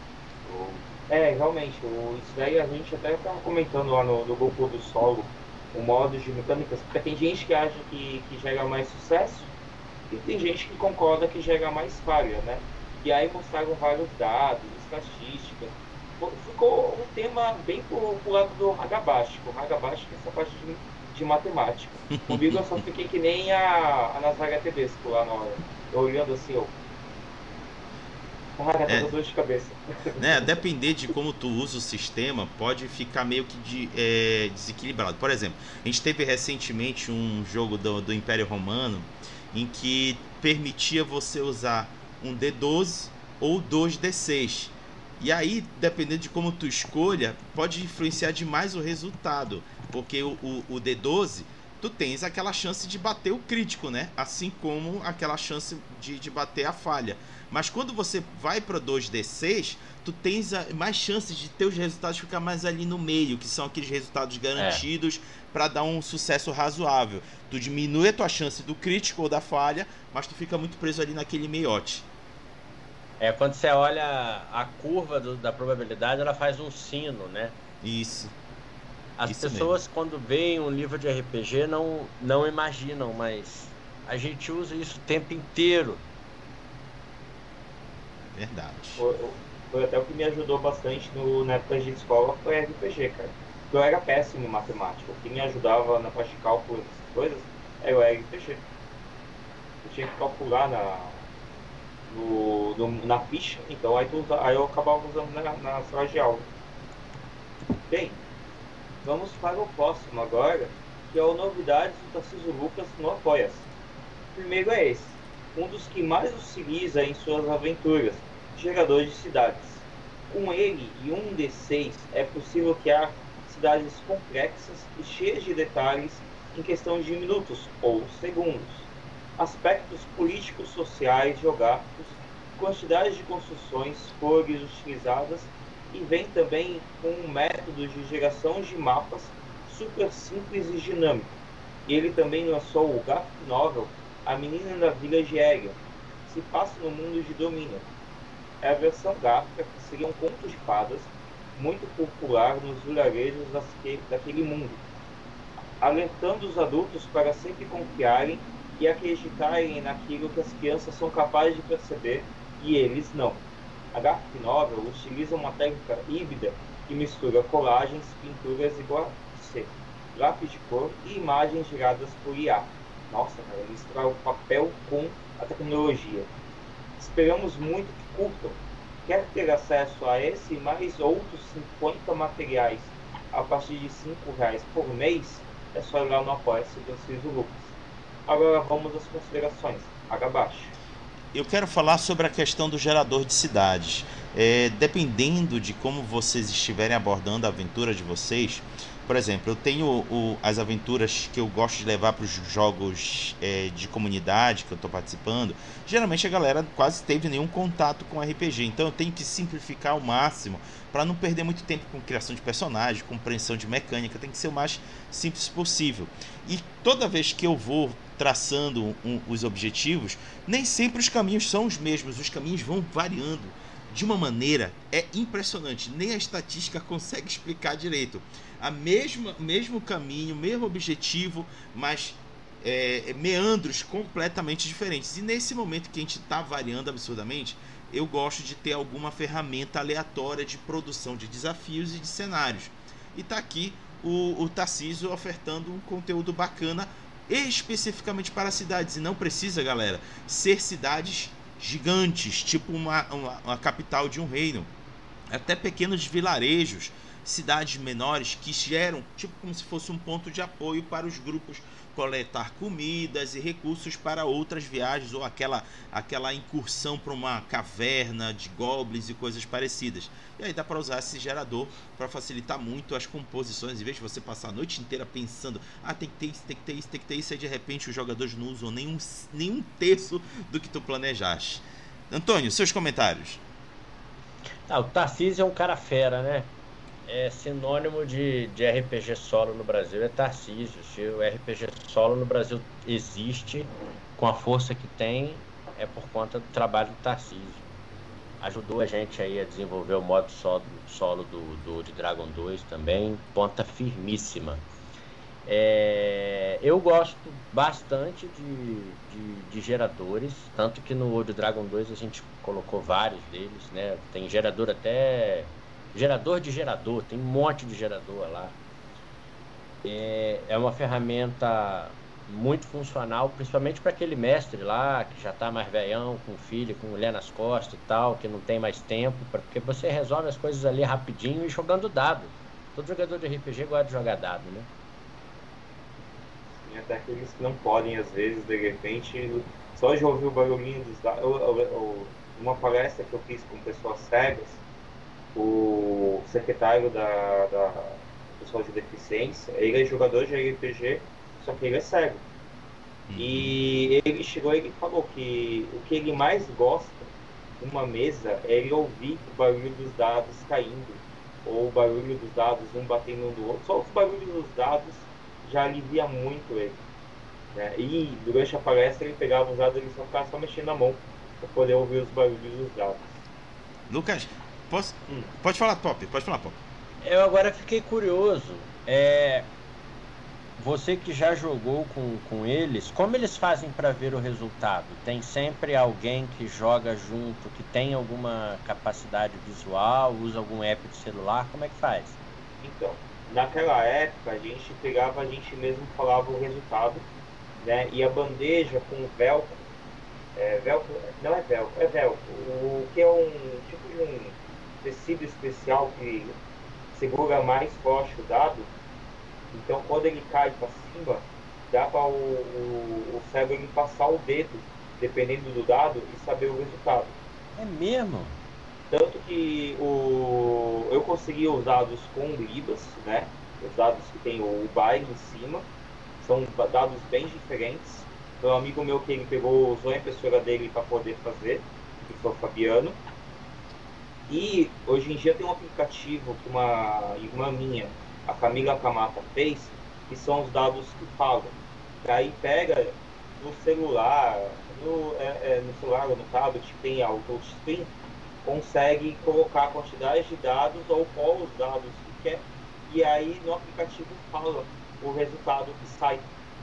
Realmente, isso daí a gente até estava comentando lá no grupo do Solo, o modo de mecânicas, porque tem gente que acha que gera mais sucesso e tem gente que concorda que gera mais falha, né? E aí mostraram vários dados, estatísticas. Ficou um tema bem pro lado do Hagabashi. O Hagabashi é essa parte de matemática. Comigo eu só fiquei que nem a Nazaré Tedesco lá na hora. Eu olhando assim, tá dor de cabeça. Né, depender de como tu usa o sistema, pode ficar meio que desequilibrado. Por exemplo, a gente teve recentemente um jogo do Império Romano em que permitia você usar um D12 ou 2D6. E aí, dependendo de como tu escolha, pode influenciar demais o resultado. Porque o D12, tu tens aquela chance de bater o crítico, né? Assim como aquela chance de bater a falha. Mas quando você vai para 2D6, tu tens mais chances de teus resultados ficar mais ali no meio, que são aqueles resultados garantidos para dar um sucesso razoável. Tu diminui a tua chance do crítico ou da falha, mas tu fica muito preso ali naquele meiote. Quando você olha a curva da probabilidade, ela faz um sino, né? Isso. As pessoas, quando veem um livro de RPG, não imaginam, mas a gente usa isso o tempo inteiro. Verdade. Foi até o que me ajudou bastante na época de escola, foi RPG, cara. Eu era péssimo em matemática. O que me ajudava na parte de cálculo, essas coisas, era o RPG. Eu tinha que calcular na ficha, então aí eu acabava usando na sala de aula. Bem, vamos para o próximo agora, que é o Novidades do Tarcísio Lucas no Apoia-se. Primeiro é esse, um dos que mais utiliza em suas aventuras, gerador de cidades. Com ele e um D6 é possível criar cidades complexas e cheias de detalhes em questão de minutos ou segundos. Aspectos políticos, sociais, geográficos, quantidade de construções, cores utilizadas, e vem também com um método de geração de mapas super simples e dinâmico. E ele também lançou o graphic novel A Menina da Vila de Helion, que se passa no mundo de Dominion. É a versão gráfica que seria um conto de fadas muito popular nos vilarejos daquele mundo, alertando os adultos para sempre confiarem e acreditarem naquilo que as crianças são capazes de perceber e eles não. A graphic novel utiliza uma técnica híbrida que mistura colagens, pinturas e glacê, lápis de cor e imagens geradas por IA. Nossa, cara, misturar o papel com a tecnologia. Esperamos muito que curtam. Quer ter acesso a esse e mais outros 50 materiais a partir de R$5 por mês? É só ir lá no Apoia-se do Tarcísio Lucas. Agora vamos às considerações. Abaixo. Eu quero falar sobre a questão do gerador de cidades. Dependendo de como vocês estiverem abordando a aventura de vocês, por exemplo, eu tenho as aventuras que eu gosto de levar para os jogos de comunidade que eu estou participando. Geralmente a galera quase teve nenhum contato com RPG, então eu tenho que simplificar ao máximo para não perder muito tempo com criação de personagem, compreensão de mecânica. Tem que ser o mais simples possível. E toda vez que eu vou traçando os objetivos, nem sempre os caminhos são os mesmos, os caminhos vão variando de uma maneira impressionante, nem a estatística consegue explicar direito. Mesmo caminho, mesmo objetivo, mas meandros completamente diferentes. E nesse momento que a gente está variando absurdamente, eu gosto de ter alguma ferramenta aleatória de produção de desafios e de cenários. E está aqui o Tarcísio ofertando um conteúdo bacana especificamente para cidades. E não precisa, galera, ser cidades gigantes, tipo uma capital de um reino. Até pequenos vilarejos, cidades menores que geram, tipo como se fosse um ponto de apoio para os grupos coletar comidas e recursos para outras viagens, ou aquela incursão para uma caverna de goblins e coisas parecidas. E aí dá para usar esse gerador para facilitar muito as composições, em vez de você passar a noite inteira pensando, tem que ter isso, tem que ter isso, tem que ter isso, e de repente os jogadores não usam nenhum terço do que tu planejaste. Antônio, seus comentários. O Tarcísio é um cara fera, né? É sinônimo de RPG solo no Brasil, é Tarcísio. Se o RPG solo no Brasil existe com a força que tem, é por conta do trabalho do Tarcísio. Ajudou a gente aí a desenvolver o modo solo de Dragon 2 também, ponta firmíssima. Eu gosto bastante de geradores, tanto que no Old Dragon 2 a gente colocou vários deles, né? Tem gerador até... Gerador de gerador, tem um monte de gerador lá. É uma ferramenta muito funcional, principalmente para aquele mestre lá, que já está mais velhão, com filho, com mulher nas costas e tal, que não tem mais tempo, porque você resolve as coisas ali rapidinho e jogando dado. Todo jogador de RPG gosta de jogar dado, né? E até aqueles que não podem, às vezes, de repente, só de ouvir o barulhinho dos dados. Uma palestra que eu fiz com pessoas cegas, o secretário da pessoal de deficiência, ele é jogador de RPG, só que ele é cego. E ele chegou e ele falou que o que ele mais gosta numa mesa é ele ouvir o barulho dos dados caindo, ou o barulho dos dados um batendo um do outro. Só os barulhos dos dados já alivia muito ele. Né? E durante a palestra ele pegava os dados e ele só ficava só mexendo na mão para poder ouvir os barulhos dos dados. Lucas, pode falar, Pop. Eu agora fiquei curioso. Você que já jogou com eles, como eles fazem para ver o resultado? Tem sempre alguém que joga junto, que tem alguma capacidade visual, usa algum app de celular? Como é que faz? Então, naquela época a gente pegava, a gente mesmo falava o resultado, né? E a bandeja com velcro, não é velcro, é velcro, o que é um tipo de um tecido especial que segura mais forte o dado. Então, quando ele cai para cima, dá para o cego ele passar o dedo, dependendo do dado, e saber o resultado. É mesmo? Tanto que eu consegui os dados com libas, né? Os dados que tem o byte em cima, são dados bem diferentes. Foi um amigo meu que ele usou a impressora dele para poder fazer, que foi o Fabiano. E hoje em dia tem um aplicativo que uma irmã minha, a Camila Camata, fez, que são os dados que falam. Aí pega no celular, no celular ou no tablet, tem a touchscreen, consegue colocar a quantidade de dados ou qual os dados que quer, e aí no aplicativo fala o resultado que sai.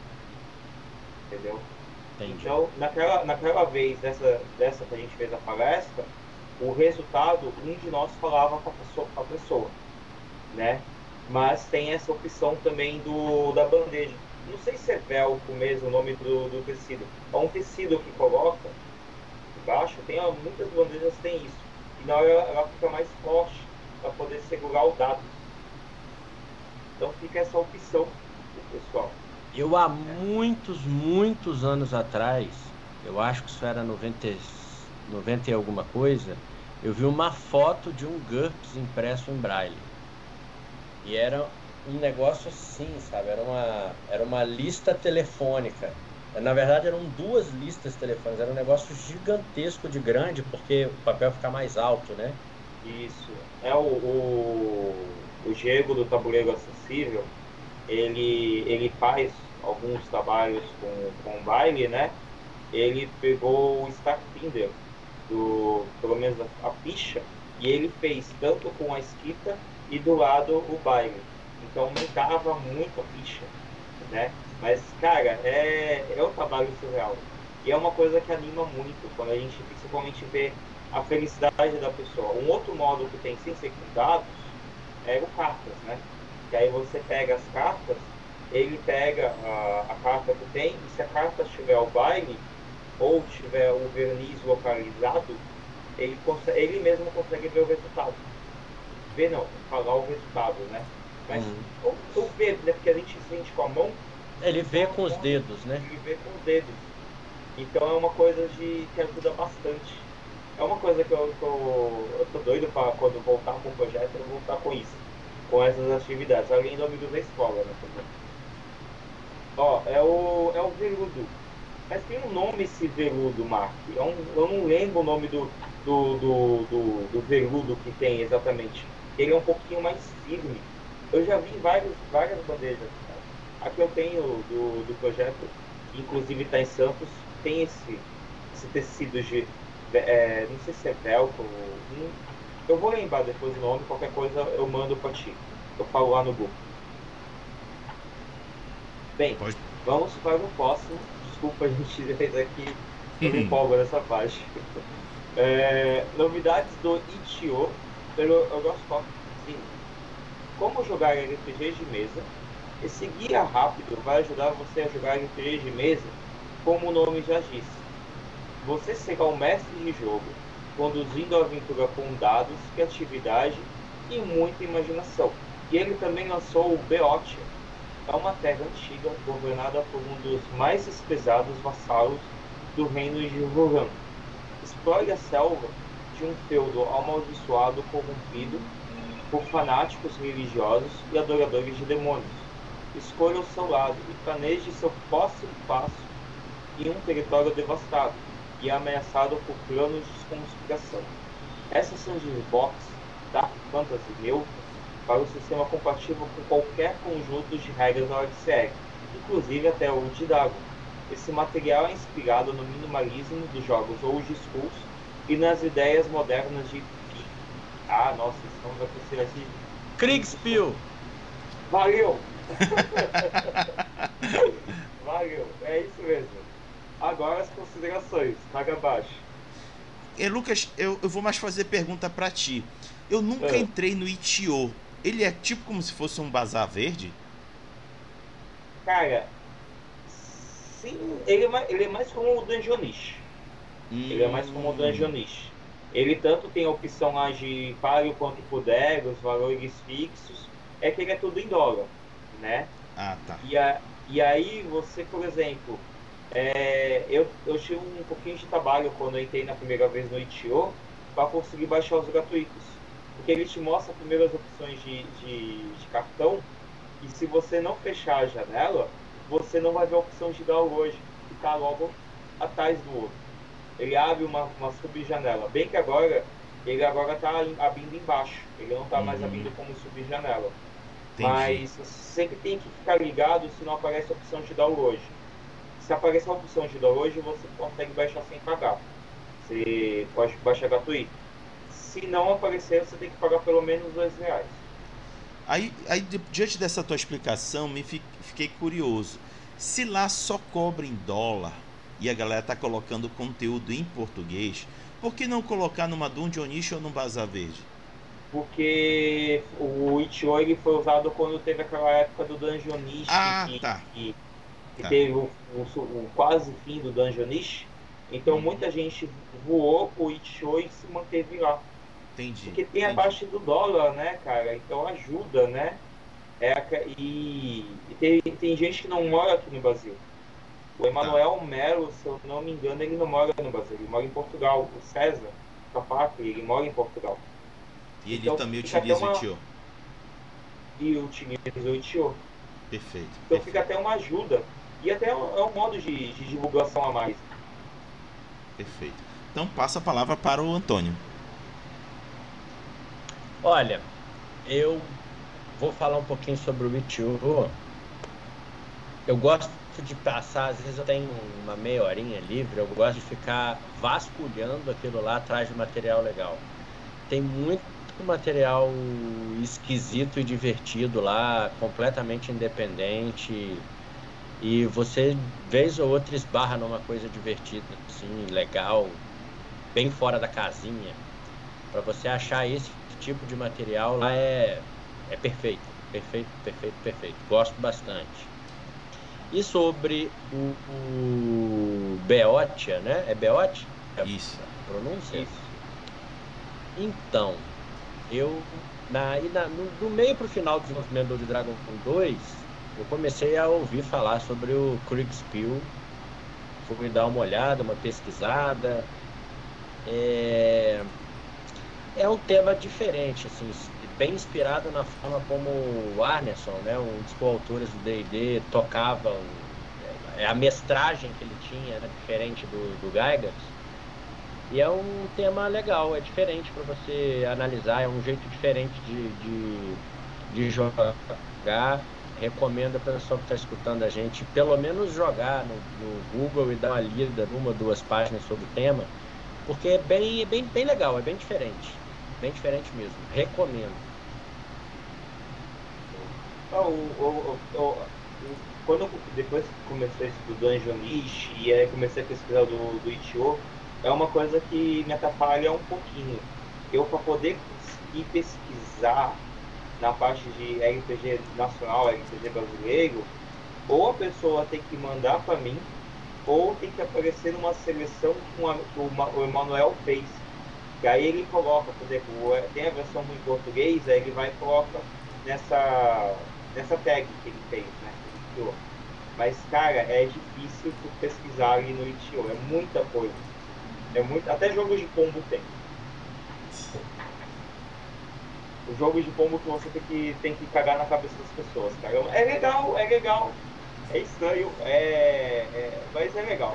Entendeu? Entendi. Então, naquela vez, dessa que a gente fez a palestra, o resultado, um de nós falava para a pessoa, né? Mas tem essa opção também da bandeja. Não sei se é velcro mesmo o nome do tecido. É um tecido que coloca embaixo, muitas bandejas têm isso. E na hora ela fica mais forte para poder segurar o dado. Então fica essa opção pro pessoal. Eu há muitos anos atrás, eu acho que isso era 90 e alguma coisa, eu vi uma foto de um GURPS impresso em braille. E era um negócio assim, sabe? Era uma lista telefônica. Na verdade, eram duas listas telefônicas. Era um negócio gigantesco de grande, porque o papel fica mais alto, né? Isso. O Diego do Tabuleiro Acessível, ele faz alguns trabalhos com braille, né? Ele pegou o Starfinder, pelo menos a ficha, e ele fez tanto com a escrita e do lado o braille. Então aumentava muito a ficha, né? Mas, cara, é um trabalho surreal. E é uma coisa que anima muito quando a gente principalmente vê a felicidade da pessoa. Um outro modo que tem sem ser com dados é o cartas, né? Que aí você pega as cartas, ele pega a carta que tem, e se a carta tiver o braille ou tiver o verniz localizado, ele mesmo consegue ver o resultado. Ver não, falar o resultado, né? Mas ou ver, né? Porque a gente sente com a mão. Ele vê com os dedos, né? Ele vê com os dedos. Então é uma coisa que ajuda bastante. É uma coisa que eu tô doido para quando voltar com o projeto, eu voltar com isso. Com essas atividades, além do Amigos da Escola, né? Ó, é o veludo. Mas tem um nome esse veludo, Mark. Eu não lembro o nome do veludo que tem exatamente. Ele é um pouquinho mais firme. Eu já vi várias bandejas. Aqui eu tenho do projeto, que inclusive está em Santos, tem esse tecido de, não sei se é velcro, eu vou lembrar depois o nome, qualquer coisa eu mando para ti, eu falo lá no grupo. Bem, vamos para o próximo. Desculpa a gente aqui, eu me empolgo nessa parte. Novidades do itch.io. Eu gosto de como jogar RPG de mesa. Esse guia rápido vai ajudar você a jogar RPG de mesa, como o nome já diz. Você será um mestre de jogo, conduzindo a aventura com dados, criatividade e muita imaginação. E ele também lançou o Beotia. É uma terra antiga governada por um dos mais desprezados vassalos do reino de Rohan. Explore a selva de um feudo amaldiçoado corrompido por fanáticos religiosos e adoradores de demônios. Escolha o seu lado e planeje seu próximo passo em um território devastado e ameaçado por planos de conspiração. Essas são Sandbox Dark Fantasy neutra para o sistema compatível com qualquer conjunto de regras OSR, inclusive até o de Dagon. Esse material é inspirado no minimalismo dos jogos old schools e nas ideias modernas de nossa, isso não vai ser assim. Kriegspiel! Valeu! Valeu, é isso mesmo. Agora as considerações, paga abaixo. Lucas, eu vou mais fazer pergunta pra ti. Eu nunca entrei no itch.io. Ele é tipo como se fosse um bazar verde? Cara, sim, ele é mais como o Dungeonish. Ele é mais como o Dungeonish. Ele tanto tem a opção lá de pague o quanto puder, os valores fixos, é que ele é tudo em dólar, né? Ah, tá. E aí você, por exemplo, eu tive um pouquinho de trabalho quando eu entrei na primeira vez no itch.io para conseguir baixar os gratuitos. Porque ele te mostra as primeiras opções de cartão e se você não fechar a janela, você não vai ver a opção de download que está logo atrás do outro. Ele abre uma subjanela. Bem que agora, ele está abrindo embaixo. Ele não está mais abrindo como subjanela. Mas você sempre tem que ficar ligado se não aparece a opção de download. Se aparecer a opção de download, você consegue baixar sem pagar. Você pode baixar gratuito. Se não aparecer, você tem que pagar pelo menos R$2. Aí diante dessa tua explicação, fiquei curioso. Se lá só cobra em dólar e a galera tá colocando conteúdo em português, por que não colocar numa Dungeonish ou num Bazar Verde? Porque o itch.io ele foi usado quando teve aquela época do Dungeonish, que teve o quase fim do Dungeonish. Então muita gente voou pro itch.io e se manteve lá. Entendi. Porque tem a baixa do dólar, né, cara? Então ajuda, né? E tem gente que não mora aqui no Brasil. O Emanuel Melo, se eu não me engano, ele não mora no Brasil, ele mora em Portugal. O César Capaco, ele mora em Portugal. E ele então, também utiliza o itch.io. E utiliza o itch.io. Perfeito. Então fica até uma ajuda. E até é um modo de divulgação a mais. Perfeito. Então passa a palavra para o Antônio. Olha, eu vou falar um pouquinho sobre o itch.io. Eu gosto de passar, às vezes eu tenho uma meia horinha livre, eu gosto de ficar vasculhando aquilo lá atrás de material legal. Tem muito material esquisito e divertido lá, completamente independente, e você vez ou outra esbarra numa coisa divertida, assim, legal, bem fora da casinha. Para você achar esse tipo de material lá é perfeito, perfeito. Gosto bastante. E sobre o Beotia, né? É Beotia? Isso. A pronúncia? Isso. Então, no meio para o final do desenvolvimento do Dragon 2, eu comecei a ouvir falar sobre o Kriegspiel. Fui dar uma olhada, uma pesquisada. É um tema diferente, assim, bem inspirado na forma como o Arneson, né, um dos coautores do D&D, tocava. A mestragem que ele tinha era diferente do Gygax. E é um tema legal, é diferente para você analisar, é um jeito diferente de jogar. Recomendo a pessoa que está escutando a gente, pelo menos jogar no Google e dar uma lida numa ou duas páginas sobre o tema, porque é bem legal, é bem diferente mesmo, recomendo. depois que comecei a estudar Dungeon Niche e aí comecei a pesquisar do Itch.io, é uma coisa que me atrapalha um pouquinho. Eu, para poder conseguir pesquisar na parte de RPG nacional, RPG brasileiro, ou a pessoa tem que mandar para mim, ou tem que aparecer numa seleção que o Emanuel fez. E aí ele coloca, por exemplo, tem a versão em português, aí ele vai e coloca nessa tag que ele fez, né? Que ele criou. Mas, cara, é difícil tu pesquisar ali no Itch.io, é muita coisa. Até jogos de pombo tem. Os jogos de pombo que você tem que cagar na cabeça das pessoas, cara. É legal. É estranho, mas é legal.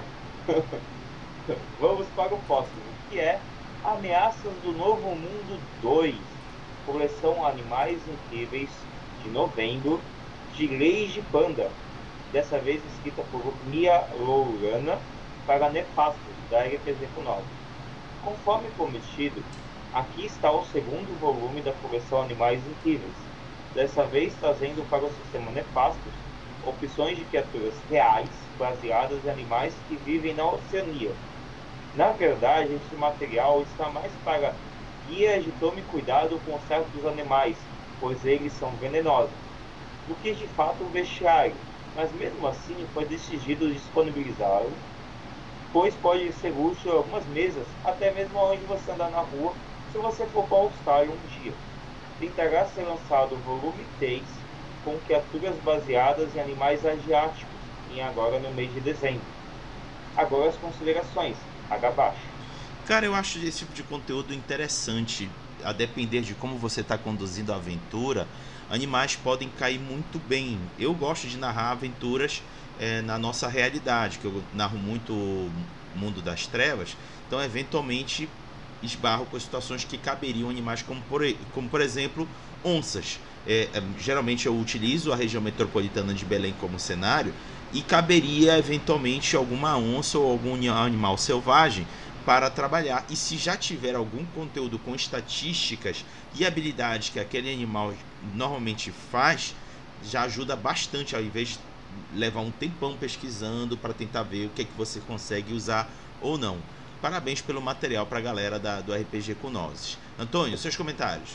Vamos para o próximo, que é Ameaças do Novo Mundo 2, coleção Animais Incríveis, de novembro, de Leis de Panda, dessa vez escrita por Mia Lourana para Nefastos, da RPG Kunaus. Conforme prometido, aqui está o segundo volume da coleção Animais Incríveis, dessa vez trazendo para o sistema Nefastos opções de criaturas reais baseadas em animais que vivem na Oceania. Na verdade, esse material está mais para guias de tome cuidado com certos animais, pois eles são venenosos, do que de fato um bestiário, mas mesmo assim foi decidido disponibilizá-lo, pois pode ser útil em algumas mesas, até mesmo onde você andar na rua, se você for para All-Star um dia. Tentará ser lançado o volume 3, com criaturas baseadas em animais asiáticos, agora no mês de dezembro. Agora as considerações, abaixo. Cara, eu acho esse tipo de conteúdo interessante. A depender de como você está conduzindo a aventura, animais podem cair muito bem. Eu gosto de narrar aventuras na nossa realidade, que eu narro muito o Mundo das Trevas, então eventualmente esbarro com situações que caberiam animais como por exemplo onças. Geralmente eu utilizo a região metropolitana de Belém como cenário e caberia eventualmente alguma onça ou algum animal selvagem para trabalhar. E se já tiver algum conteúdo com estatísticas e habilidades que aquele animal normalmente faz, já ajuda bastante, ao invés de levar um tempão pesquisando para tentar ver o que é que você consegue usar ou não. Parabéns pelo material para a galera do RPG Kunoses. Antônio, seus comentários.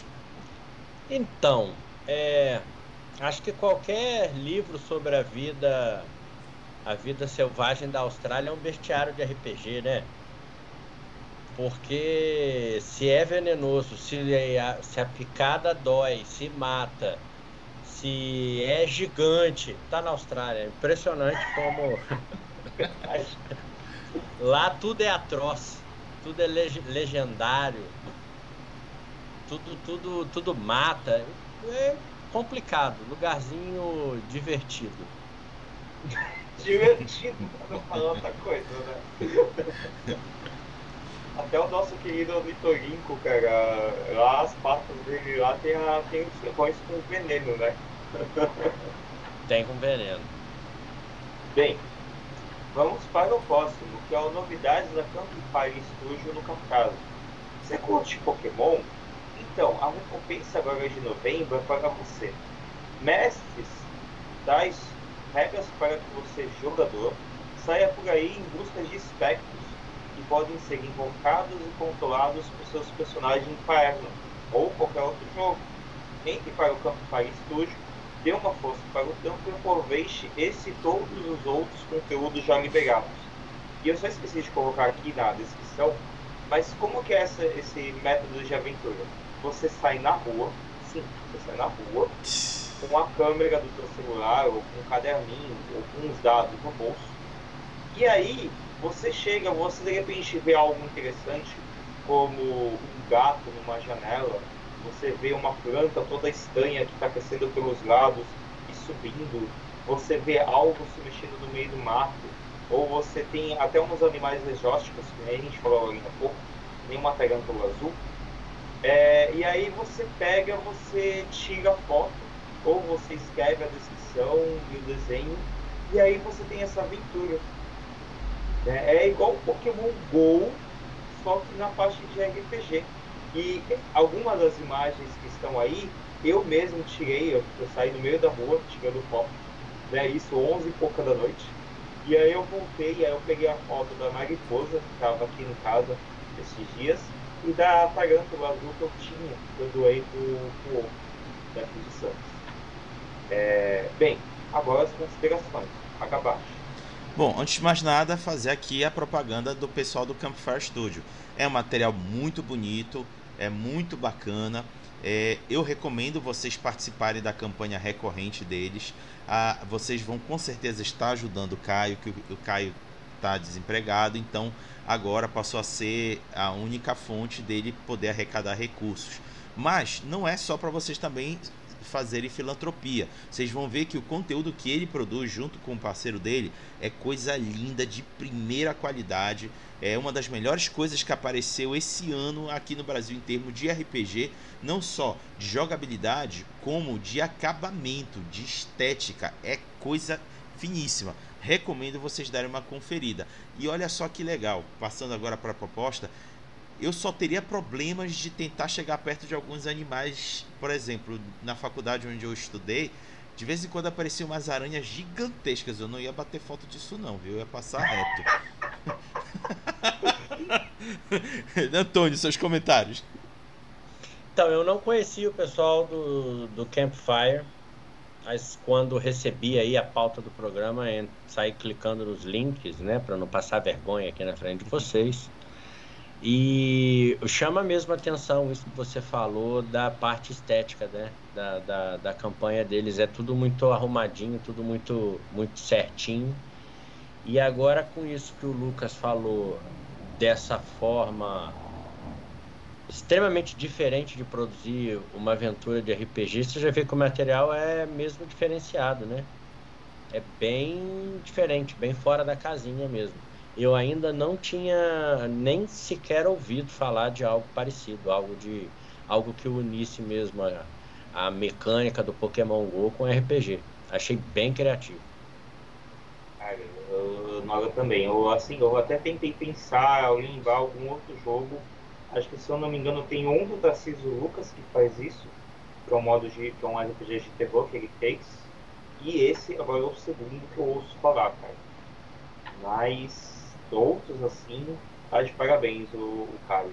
Então, acho que qualquer livro sobre a vida selvagem da Austrália é um bestiário de RPG, né? Porque se é venenoso, se a picada dói, se mata, se é gigante, tá na Austrália. Impressionante como lá tudo é atroz, tudo é legendário, tudo mata. É complicado, lugarzinho divertido. Divertido, pra não falar outra coisa, né? Até o nosso querido ornitorrinco, cara, lá as patas dele lá tem os serpões com veneno, né? Tem com veneno. Bem, vamos para o próximo, que é a novidades da Campfire Studio no Cacaso. Você curte Pokémon? Então, a recompensa agora de novembro é para você. Mestres, tais regras para que você, jogador, saia por aí em busca de espectros que podem ser invocados e controlados por seus personagens em Fire Emblem ou qualquer outro jogo. Entre para o Campfire Studio, dê uma força para o campo e aproveite esse e todos os outros conteúdos já liberados. E eu só esqueci de colocar aqui na descrição, mas como que é esse método de aventura? Você sai na rua, sim, você sai na rua, com a câmera do seu celular, ou com um caderninho, ou com uns dados no bolso, e aí você chega, você de repente vê algo interessante, como um gato numa janela, você vê uma planta toda estranha que está crescendo pelos lados e subindo, você vê algo se mexendo no meio do mato, ou você tem até uns animais exóticos, que a gente falou ali há pouco, nem uma tarântula azul, e aí você pega, você tira a foto, ou você escreve a descrição e o desenho, e aí você tem essa aventura. É igual o Pokémon GO, só que na parte de RPG. E algumas das imagens que estão aí, eu mesmo tirei, eu saí no meio da rua, tirando foto, né? Isso 11 e pouca da noite. E aí eu voltei, aí eu peguei a foto da mariposa, que estava aqui em casa esses dias, e da tarântula azul que eu tinha, que eu doei pro outro, daqui de Santos. Bem, agora as considerações. Paga abaixo. Bom, antes de mais nada, fazer aqui a propaganda do pessoal do Campfire Studio. É um material muito bonito, é muito bacana. Eu recomendo vocês participarem da campanha recorrente deles. Vocês vão com certeza estar ajudando o Caio, que o Caio está desempregado, então agora passou a ser a única fonte dele poder arrecadar recursos. Mas não é só para vocês também fazerem filantropia. Vocês vão ver que o conteúdo que ele produz junto com o parceiro dele é coisa linda, de primeira qualidade. É uma das melhores coisas que apareceu esse ano aqui no Brasil em termos de RPG, não só de jogabilidade, como de acabamento, de estética. É coisa finíssima. Recomendo vocês darem uma conferida. E olha só que legal, passando agora para a proposta, eu só teria problemas de tentar chegar perto de alguns animais. Por exemplo, na faculdade onde eu estudei, de vez em quando apareciam umas aranhas gigantescas. Eu não ia bater foto disso não, viu? Eu ia passar reto. Antônio, seus comentários. Então, eu não conhecia o pessoal do Campfire, mas quando recebi aí a pauta do programa, saí clicando nos links, né, para não passar vergonha aqui na frente de vocês. E chama mesmo a atenção isso que você falou da parte estética, né? Da campanha deles. É tudo muito arrumadinho, tudo muito, muito certinho. E agora com isso que o Lucas falou, dessa forma extremamente diferente de produzir uma aventura de RPG, você já vê que o material é mesmo diferenciado, né? É bem diferente, bem fora da casinha mesmo. Eu ainda não tinha nem sequer ouvido falar de algo parecido, algo que unisse mesmo a mecânica do Pokémon GO com RPG. Achei bem criativo. Eu também. Eu até tentei pensar, lembrar algum outro jogo. Acho que, se eu não me engano, tem um do Tarcísio Lucas que faz isso, que é um RPG de terror que ele fez. E esse agora é o segundo que eu ouço falar, cara. Mas outros assim, tá de parabéns o Caio.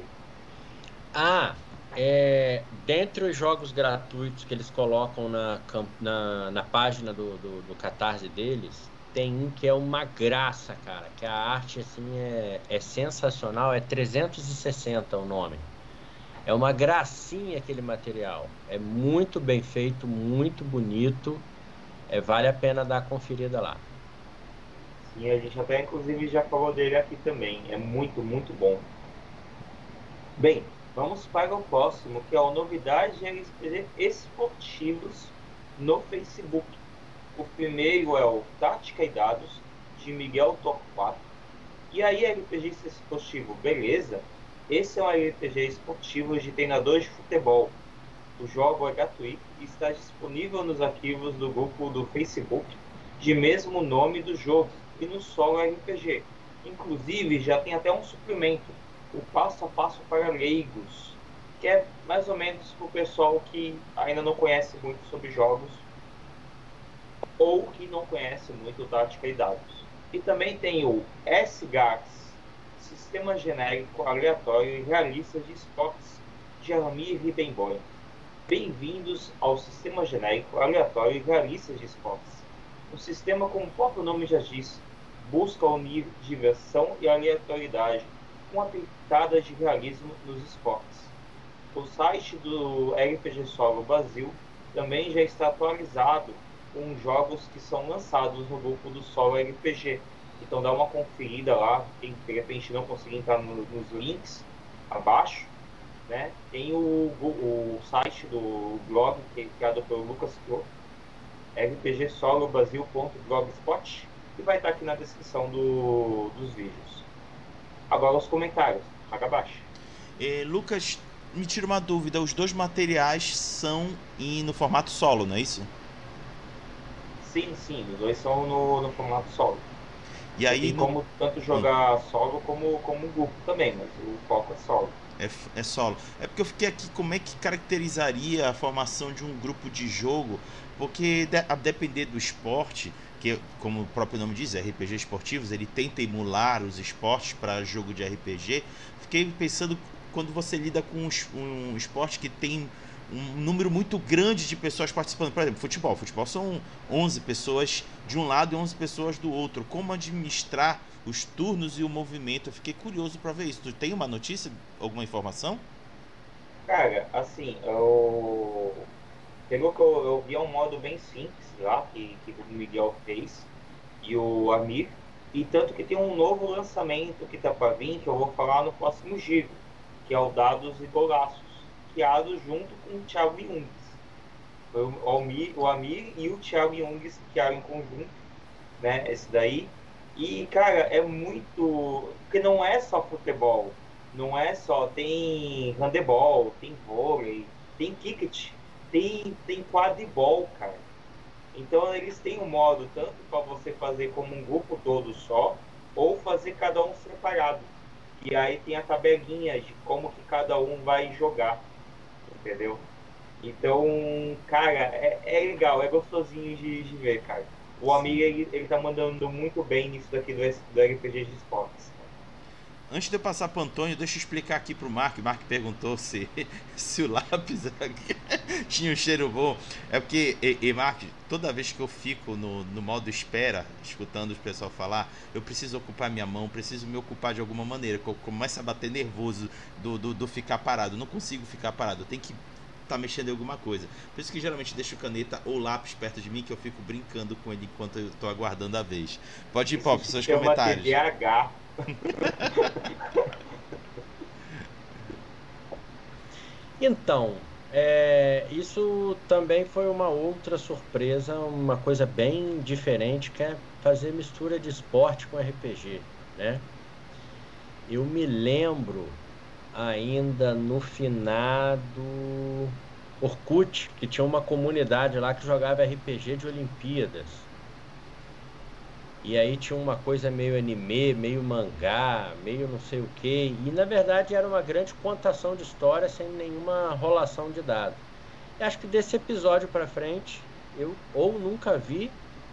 Dentre os jogos gratuitos que eles colocam na página do Catarse deles, tem um que é uma graça, cara, que a arte assim é sensacional, é 360 o nome. É uma gracinha aquele material, é muito bem feito, muito bonito, vale a pena dar a conferida lá. E a gente até inclusive já falou dele aqui também. É muito, muito bom. Bem, vamos para o próximo, que é a novidade de RPG esportivos no Facebook. O primeiro é o Tática e Dados, de Miguel Torquato. E aí, RPG esportivo, beleza? Esse é um RPG esportivo de treinador de futebol. O jogo é gratuito e está disponível nos arquivos do grupo do Facebook de mesmo nome do jogo e no solo RPG. Inclusive, já tem até um suplemento, o Passo a Passo para Leigos, que é mais ou menos para o pessoal que ainda não conhece muito sobre jogos ou que não conhece muito Tática e Dados. E também tem o SGARS, Sistema Genérico Aleatório e Realista de Esportes, de Alamir Ribenboim. Bem-vindos ao Sistema Genérico Aleatório e Realista de Esportes. O sistema, como o próprio nome já diz, busca unir diversão e aleatoriedade com uma pitada de realismo nos esportes. O site do RPG Solo Brasil também já está atualizado com jogos que são lançados no grupo do Solo RPG. Então dá uma conferida lá, quem de repente não conseguir entrar nos links abaixo, né? Tem o site do blog, que é criado pelo Lucas Pro, rpgsolobrasil.blogspot, que vai estar aqui na descrição dos vídeos. Agora os comentários, paga abaixo. Lucas, me tira uma dúvida, os dois materiais são no formato solo, não é isso? Sim, os dois são no formato solo. E aí tem como tanto jogar solo como grupo também, mas o foco é solo. É solo. É porque eu fiquei aqui, como é que caracterizaria a formação de um grupo de jogo? Porque a depender do esporte, que, como o próprio nome diz, RPG esportivos, ele tenta emular os esportes para jogo de RPG. Fiquei pensando, quando você lida com um esporte que tem um número muito grande de pessoas participando, por exemplo, futebol são 11 pessoas de um lado e 11 pessoas do outro, como administrar os turnos e o movimento? Eu fiquei curioso para ver isso. Tu tem uma notícia, alguma informação? Cara, assim, pelo que eu vi, é um modo bem simples lá, que o Miguel fez e o Amir. E tanto que tem um novo lançamento que tá para vir, que eu vou falar no próximo giro, que é o Dados e Golaços, criado junto com o Thiago Jungs. Foi o Amir e o Thiago Jungs que criaram em conjunto, né? Esse daí. E, cara, é muito. Porque não é só futebol. Não é só. Tem handebol, tem vôlei, tem cricket, tem quadribol, cara. Então eles têm um modo tanto para você fazer como um grupo todo só, ou fazer cada um separado. E aí tem a tabelinha de como que cada um vai jogar, entendeu? Então, cara, é legal, é gostosinho de ver, cara. O Amir, Sim. ele tá mandando muito bem nisso daqui do RPG de esportes. Antes de eu passar para o Antônio, deixa eu explicar aqui para o Mark. O Mark perguntou se o lápis tinha um cheiro bom. É porque, Mark, toda vez que eu fico no modo espera, escutando o pessoal falar, eu preciso ocupar minha mão, preciso me ocupar de alguma maneira. Que eu começo a bater nervoso do ficar parado. Eu não consigo ficar parado, eu tenho que estar mexendo em alguma coisa. Por isso que geralmente deixo caneta ou lápis perto de mim, que eu fico brincando com ele enquanto eu estou aguardando a vez. Pode ir, Pop, Isso se seus chama comentários. TDAH. Então, isso também foi uma outra surpresa, uma coisa bem diferente, que é fazer mistura de esporte com RPG, né? Eu me lembro ainda no finado Orkut, que tinha uma comunidade lá que jogava RPG de Olimpíadas. E aí tinha uma coisa meio anime, meio mangá, meio não sei o quê. E na verdade era uma grande contação de história sem nenhuma rolação de dados. E acho que desse episódio pra frente, eu ou nunca vi.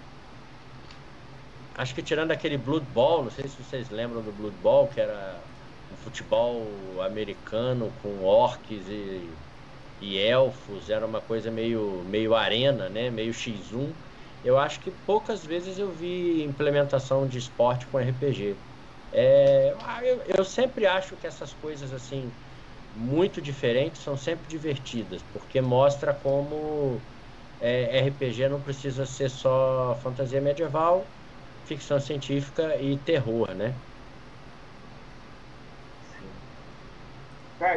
Acho que tirando aquele Blood Bowl, não sei se vocês lembram do Blood Bowl, que era um futebol americano com orcs e elfos, era uma coisa meio arena, né? Meio X1. Eu acho que poucas vezes eu vi implementação de esporte com RPG. Eu sempre acho que essas coisas assim muito diferentes são sempre divertidas, porque mostra como RPG não precisa ser só fantasia medieval, ficção científica e terror, né? Sim. Cara,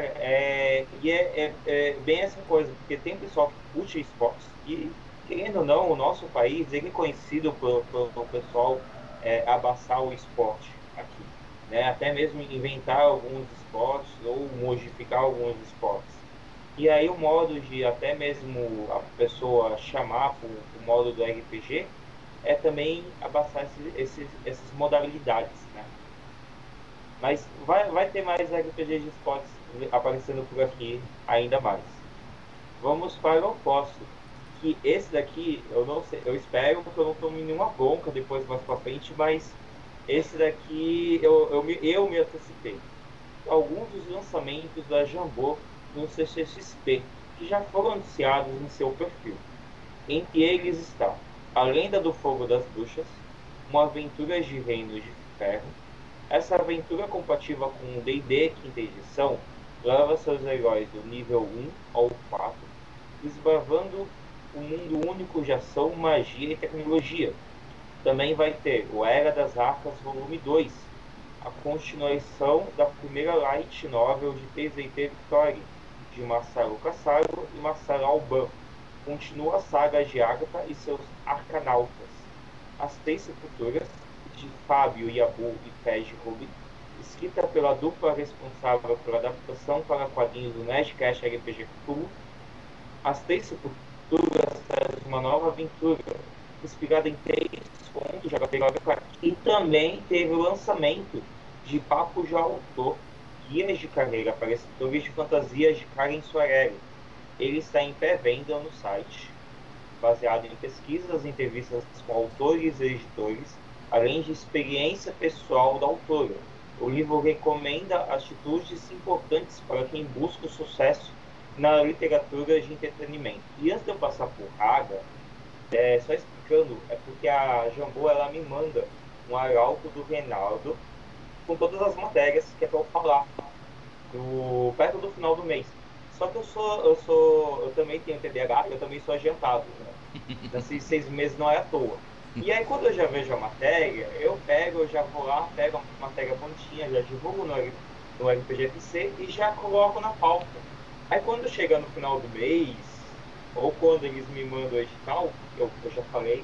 é bem essa coisa, porque tem pessoal que curte esportes e, querendo ou não, o nosso país ele é conhecido pelo pessoal abraçar o esporte aqui, né? Até mesmo inventar alguns esportes ou modificar alguns esportes. E aí o modo de até mesmo a pessoa chamar para o modo do RPG é também abraçar essas modalidades, né? Mas vai ter mais RPG de esportes aparecendo por aqui ainda mais. Vamos para o próximo. Que esse daqui, eu não sei, eu espero que eu não tome nenhuma bronca depois mais pra frente, mas esse daqui eu me antecipei. Alguns dos lançamentos da Jambô no CCXP, que já foram anunciados em seu perfil. Entre eles está A Lenda do Fogo das Bruxas, uma aventura de Reinos de Ferro. Essa aventura compatível com o D&D quinta edição leva seus heróis do nível 1 ao 4, desbravando um mundo único de ação, magia e tecnologia. Também vai ter o Era das Arcas Volume 2, a continuação da primeira light novel de TZT Victory, de Marcelo Cassaro e Marcelo Alban. Continua a saga de Agatha e seus Arcanautas. As Três Sepulturas, de Fábio Yabu e Pege Ruby, escrita pela dupla responsável pela adaptação para quadrinhos do Nerdcast RPG Cthulhu. As Três Sepulturas traz uma nova aventura, inspirada em três contos de HP Lovecraft. E também teve o lançamento de Papo de Autor, Guias de Carreira para escritores de fantasias de Karen Soarelli. Ele está em pré-venda no site. baseado em pesquisas, entrevistas com autores e editores, além de experiência pessoal da autora. O livro recomenda atitudes importantes para quem busca o sucesso na literatura de entretenimento. E antes de eu passar por Haga, só explicando, é porque a Jambô ela me manda um arauto do Reinaldo com todas as matérias que é para eu falar perto do final do mês. Só que eu também tenho TDAH, eu também sou adiantado, né? Então, esses 6 meses não é à toa. E aí, quando eu já vejo a matéria, eu já vou lá, pego a matéria bonitinha, já divulgo no LPGFC e já coloco na pauta. Aí, quando chega no final do mês, ou quando eles me mandam o edital, eu já falei,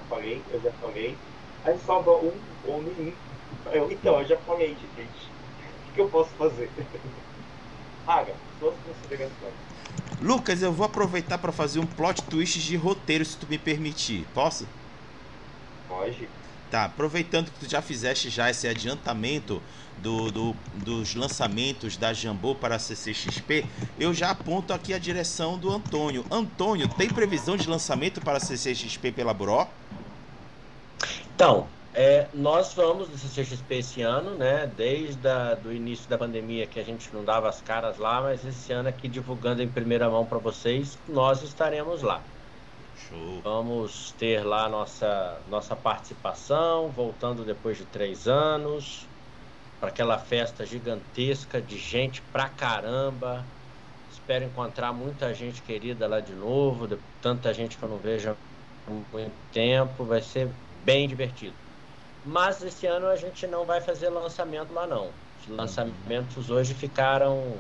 aí sobra um ou nenhum. Então, eu já falei, gente, o que eu posso fazer? Raga, suas considerações. Lucas, eu vou aproveitar para fazer um plot twist de roteiro, se tu me permitir. Posso? Pode. Tá, aproveitando que tu já fizeste esse adiantamento dos lançamentos da Jambô para a CCXP, eu já aponto aqui a direção do Antônio. Antônio, tem previsão de lançamento para a CCXP pela Buró? Então, nós vamos do CCXP esse ano, né? Desde o início da pandemia que a gente não dava as caras lá, mas esse ano aqui divulgando em primeira mão para vocês, nós estaremos lá. Show. Vamos ter lá nossa participação, voltando depois de 3 anos, para aquela festa gigantesca de gente pra caramba. Espero encontrar muita gente querida lá de novo, tanta gente que eu não vejo há muito tempo, vai ser bem divertido. Mas esse ano a gente não vai fazer lançamento lá não. Os lançamentos hoje ficaram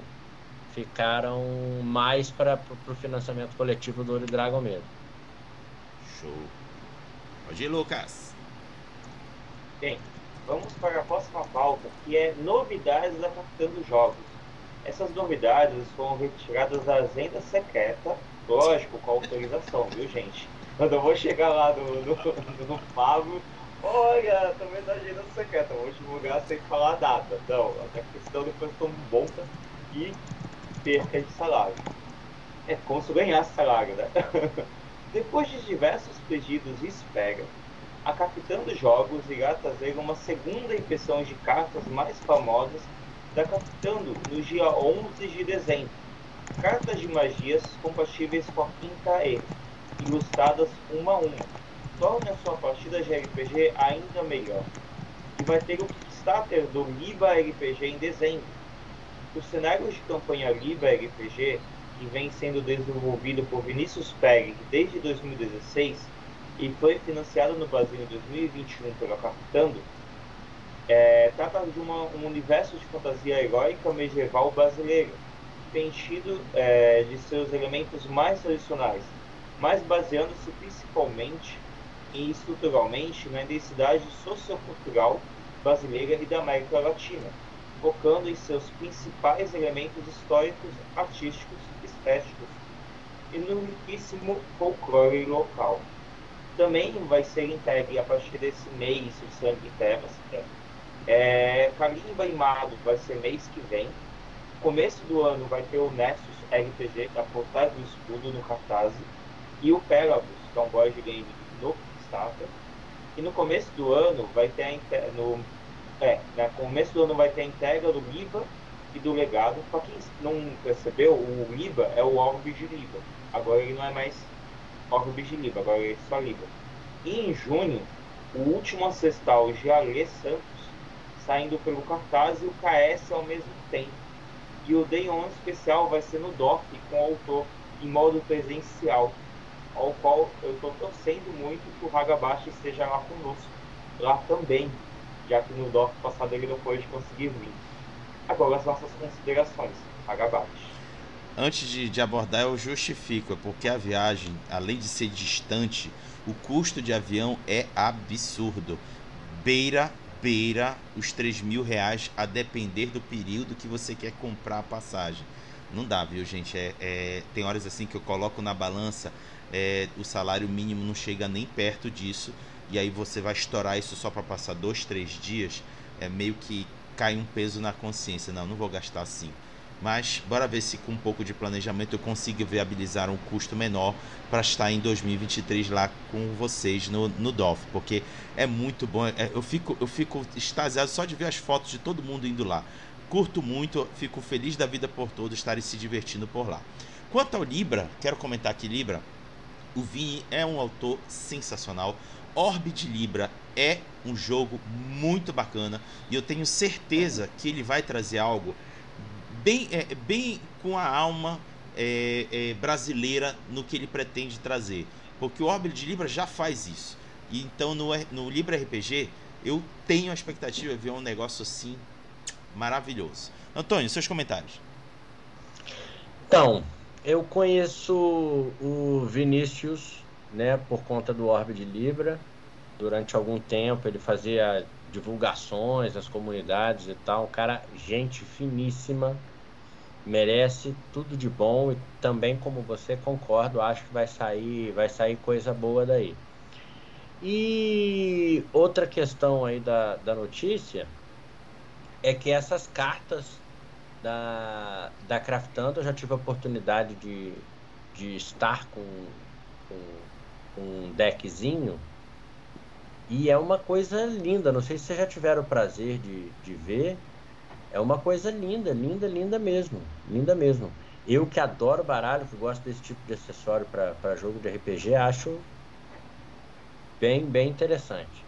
mais para o financiamento coletivo do Ouro e Dragon mesmo. Show. Pode ir, Lucas. Bem, vamos para a próxima pauta, que é novidades da Capitã dos Jogos. Essas novidades foram retiradas da agenda secreta, lógico, com autorização, viu, gente? Quando eu vou chegar lá no Pablo, olha, também da agenda secreta, vou divulgar sem falar a data. Não, até questão depois tomo bomba e perca de salário. É como se eu ganhasse salário, né? Depois de diversos pedidos e espera, a Capitã dos Jogos irá trazer uma segunda impressão de cartas mais famosas da Capitã no dia 11 de dezembro. Cartas de magias compatíveis com a quinta E, ilustradas uma a uma. Torne a sua partida de RPG ainda melhor. E vai ter o Kickstarter do Liba RPG em dezembro. O cenário de campanha Liba RPG, que vem sendo desenvolvido por Vinícius Pérez desde 2016 e foi financiado no Brasil em 2021 pela Capitando, trata de um universo de fantasia heróica medieval brasileiro, preenchido de seus elementos mais tradicionais, mas baseando-se principalmente e estruturalmente na identidade sociocultural brasileira e da América Latina, focando em seus principais elementos históricos, artísticos, estéticos e no riquíssimo folclore local. Também vai ser entregue a partir desse mês o Sangue e Trevas. Kalimba e Mago vai ser mês que vem. Começo do ano vai ter o Nessus RPG, a Por Trás do Escudo, no Cartaz, e o Pelagos, que é um board game no Kickstarter. E no começo do ano vai ter começo do ano vai ter a entrega do Liba e do Legado. Para quem não percebeu, o Liba é o Orbe de Liba. Agora ele não é mais Orbe de Liba, agora ele é só Liba. E em junho, o último ancestral de Alê Santos, saindo pelo Cartaz e o KS ao mesmo tempo. E o Day 1 especial vai ser no DOF com o autor em modo presencial, ao qual eu estou torcendo muito que o Hagabashi esteja lá conosco, lá também, já que no DOF passado ele não pôde conseguir vir. Agora as nossas considerações, Hagabashi. Antes de abordar, eu justifico, porque a viagem, além de ser distante, o custo de avião é absurdo. Beira os R$3.000, a depender do período que você quer comprar a passagem. Não dá, viu, gente? Tem horas assim que eu coloco na balança, o salário mínimo não chega nem perto disso, e aí você vai estourar isso só para passar 2, 3 dias, meio que cai um peso na consciência. Não vou gastar assim. mas bora ver se com um pouco de planejamento eu consigo viabilizar um custo menor para estar em 2023 lá com vocês no DOF, porque é muito bom. Eu fico extasiado só de ver as fotos de todo mundo indo lá. Curto muito, fico feliz da vida por todos estarem se divertindo por lá. Quanto ao Libra, quero comentar aqui Libra. O Vini é um autor sensacional. Orbe de Libra é um jogo muito bacana e eu tenho certeza que ele vai trazer algo bem com a alma brasileira no que ele pretende trazer, porque o Orbe de Libra já faz isso. E então no Libra RPG eu tenho a expectativa de ver um negócio assim maravilhoso. Antônio, seus comentários. Então, eu conheço o Vinícius, né, por conta do Orbe de Libra. Durante algum tempo ele fazia divulgações nas comunidades e tal. Um cara, gente finíssima, merece tudo de bom e também, como você, concordo, acho que vai sair coisa boa daí. E outra questão aí da notícia é que essas cartas da Craftando, eu já tive a oportunidade de estar com um deckzinho e é uma coisa linda. Não sei se vocês já tiveram o prazer de ver. É uma coisa linda, linda, linda mesmo. Linda mesmo. Eu que adoro baralho, que gosto desse tipo de acessório para jogo de RPG, acho bem, bem interessante.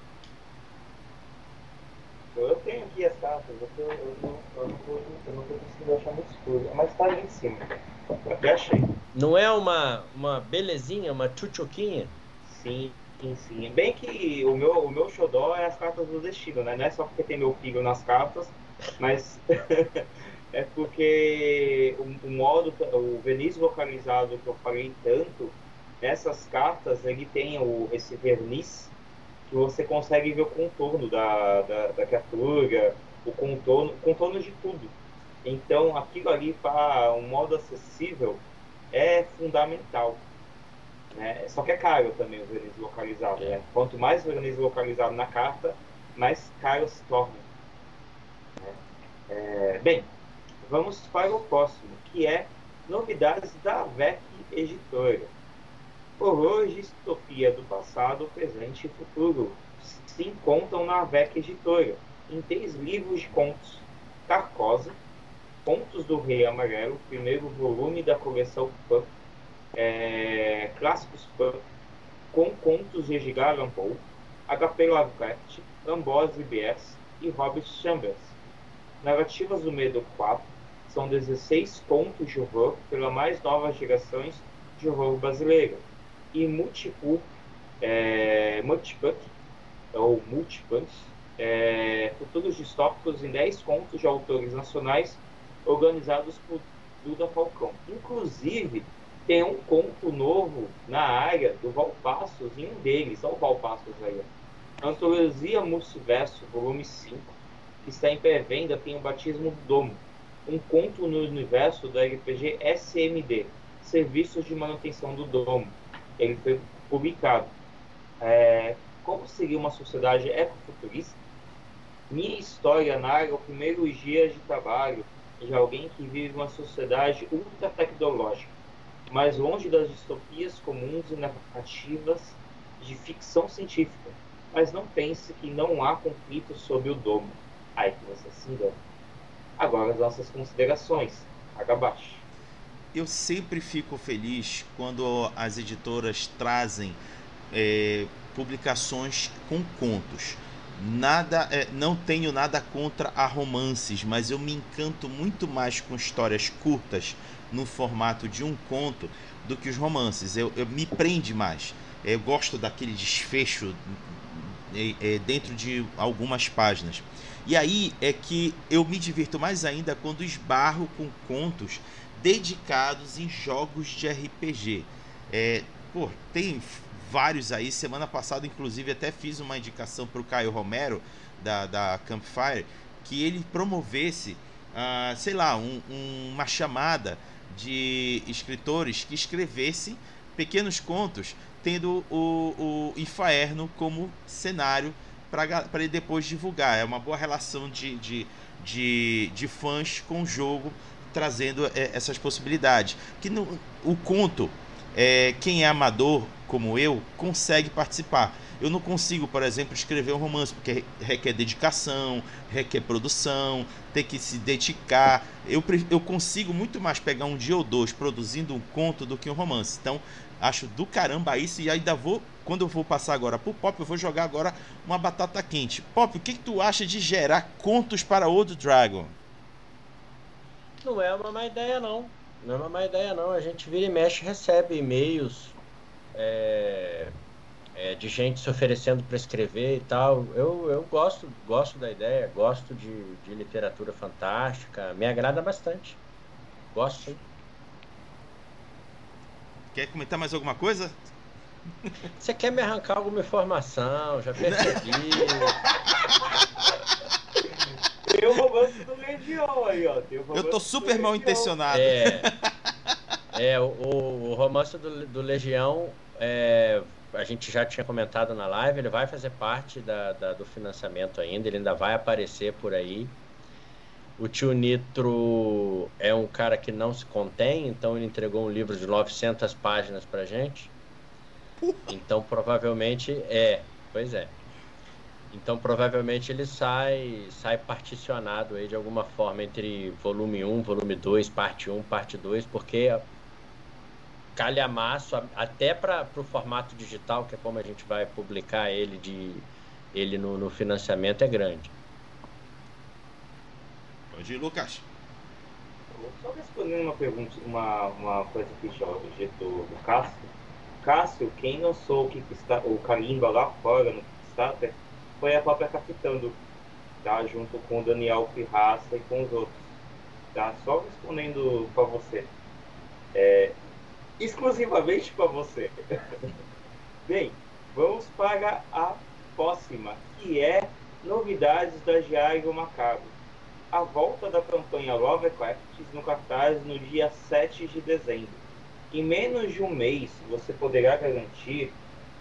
Eu tenho aqui as cartas, eu não tô conseguindo achar muito escuro, mas tá ali em cima. Eu até achei. Não é uma belezinha, uma tchutchuquinha? Sim, sim. É bem que o meu xodó é as cartas do destino, né? Não é só porque tem meu filho nas cartas, mas é porque o verniz localizado que eu falei tanto, nessas cartas ele tem esse verniz que você consegue ver o contorno da criatura, o contorno de tudo. Então aquilo ali para um modo acessível é fundamental. Né? Só que é caro também o verniz localizado. Né? Quanto mais verniz localizado na carta, mais caro se torna. Né? Bem, vamos para o próximo, que é novidades da AVEC Editora. Horror e distopia do passado, presente e futuro se encontram na AVEC Editora, em 3 livros de contos. Carcosa, Contos do Rei Amarelo, primeiro volume da coleção Pan, Clássicos Pan, com contos de Edgar Allan Poe, H.P. Lovecraft, Ambrose Bierce e Robert Chambers. Narrativas do Medo 4 são 16 contos de horror pela mais nova gerações de horror brasileira. E Multipunk, futuros distópicos em 10 contos de autores nacionais organizados por Duda Falcão. Inclusive, tem um conto novo na área do Valpassos, e um deles, olha o Valpassos aí, Antologia Multiverso, volume 5, que está em pré-venda, tem o Batismo do Domo, um conto no universo do RPG SMD, Serviços de Manutenção do Domo. Ele foi publicado. Como seria uma sociedade ecofuturista? Minha história narra os primeiros dias de trabalho de alguém que vive uma sociedade ultra tecnológica, mais longe das distopias comuns e narrativas de ficção científica. Mas não pense que não há conflito sob o domo. Ai, que você se engana. Agora as nossas considerações. Abaixo. Eu sempre fico feliz quando as editoras trazem publicações com contos. Não tenho nada contra a romances, mas eu me encanto muito mais com histórias curtas no formato de um conto do que os romances. Eu me prende mais. Eu gosto daquele desfecho dentro de algumas páginas. E aí é que eu me divirto mais ainda quando esbarro com contos dedicados em jogos de RPG. Tem vários aí. Semana passada, inclusive, até fiz uma indicação para o Caio Romero, da Campfire, que ele promovesse, uma chamada de escritores que escrevessem pequenos contos, tendo o Inferno como cenário para ele depois divulgar. É uma boa relação de fãs com o jogo, trazendo essas possibilidades. Que o conto, quem é amador como eu, consegue participar. Eu não consigo, por exemplo, escrever um romance, porque requer dedicação, requer produção, tem que se dedicar. Eu consigo muito mais pegar um dia ou dois produzindo um conto do que um romance. Então, acho do caramba isso, e ainda quando eu vou passar agora pro Pop, eu vou jogar agora uma batata quente. Pop, o que tu acha de gerar contos para Old Dragon? Não é uma má ideia, não. Não é uma má ideia, não. A gente vira e mexe, recebe e-mails de gente se oferecendo para escrever e tal. Eu gosto da ideia, gosto de literatura fantástica, me agrada bastante. Gosto, sim. Quer comentar mais alguma coisa? Você quer me arrancar alguma informação, já percebi. Tem o romance do Legião aí, ó. Eu tô super mal intencionado. O romance do Legião, a gente já tinha comentado na live, ele vai fazer parte do financiamento ainda, ele ainda vai aparecer por aí. O tio Nitro é um cara que não se contém, então ele entregou um livro de 900 páginas pra gente. Então provavelmente Então provavelmente ele sai particionado aí de alguma forma entre volume 1, volume 2, parte 1, parte 2, porque calhamaço até para o formato digital, que é como a gente vai publicar ele no financiamento, é grande. Pode ir, Lucas. Só respondendo uma pergunta, uma coisa que já do Cássio. Cássio, quem lançou o Kalimba lá fora no Kickstarter foi a própria Capitando, tá? Junto com o Daniel Pirraça e com os outros. Tá? Só respondendo para você. Exclusivamente para você. Bem, vamos para a próxima, que é novidades da Diário Macabro. A volta da campanha Lovecraft no cartaz no dia 7 de dezembro. Em menos de um mês, você poderá garantir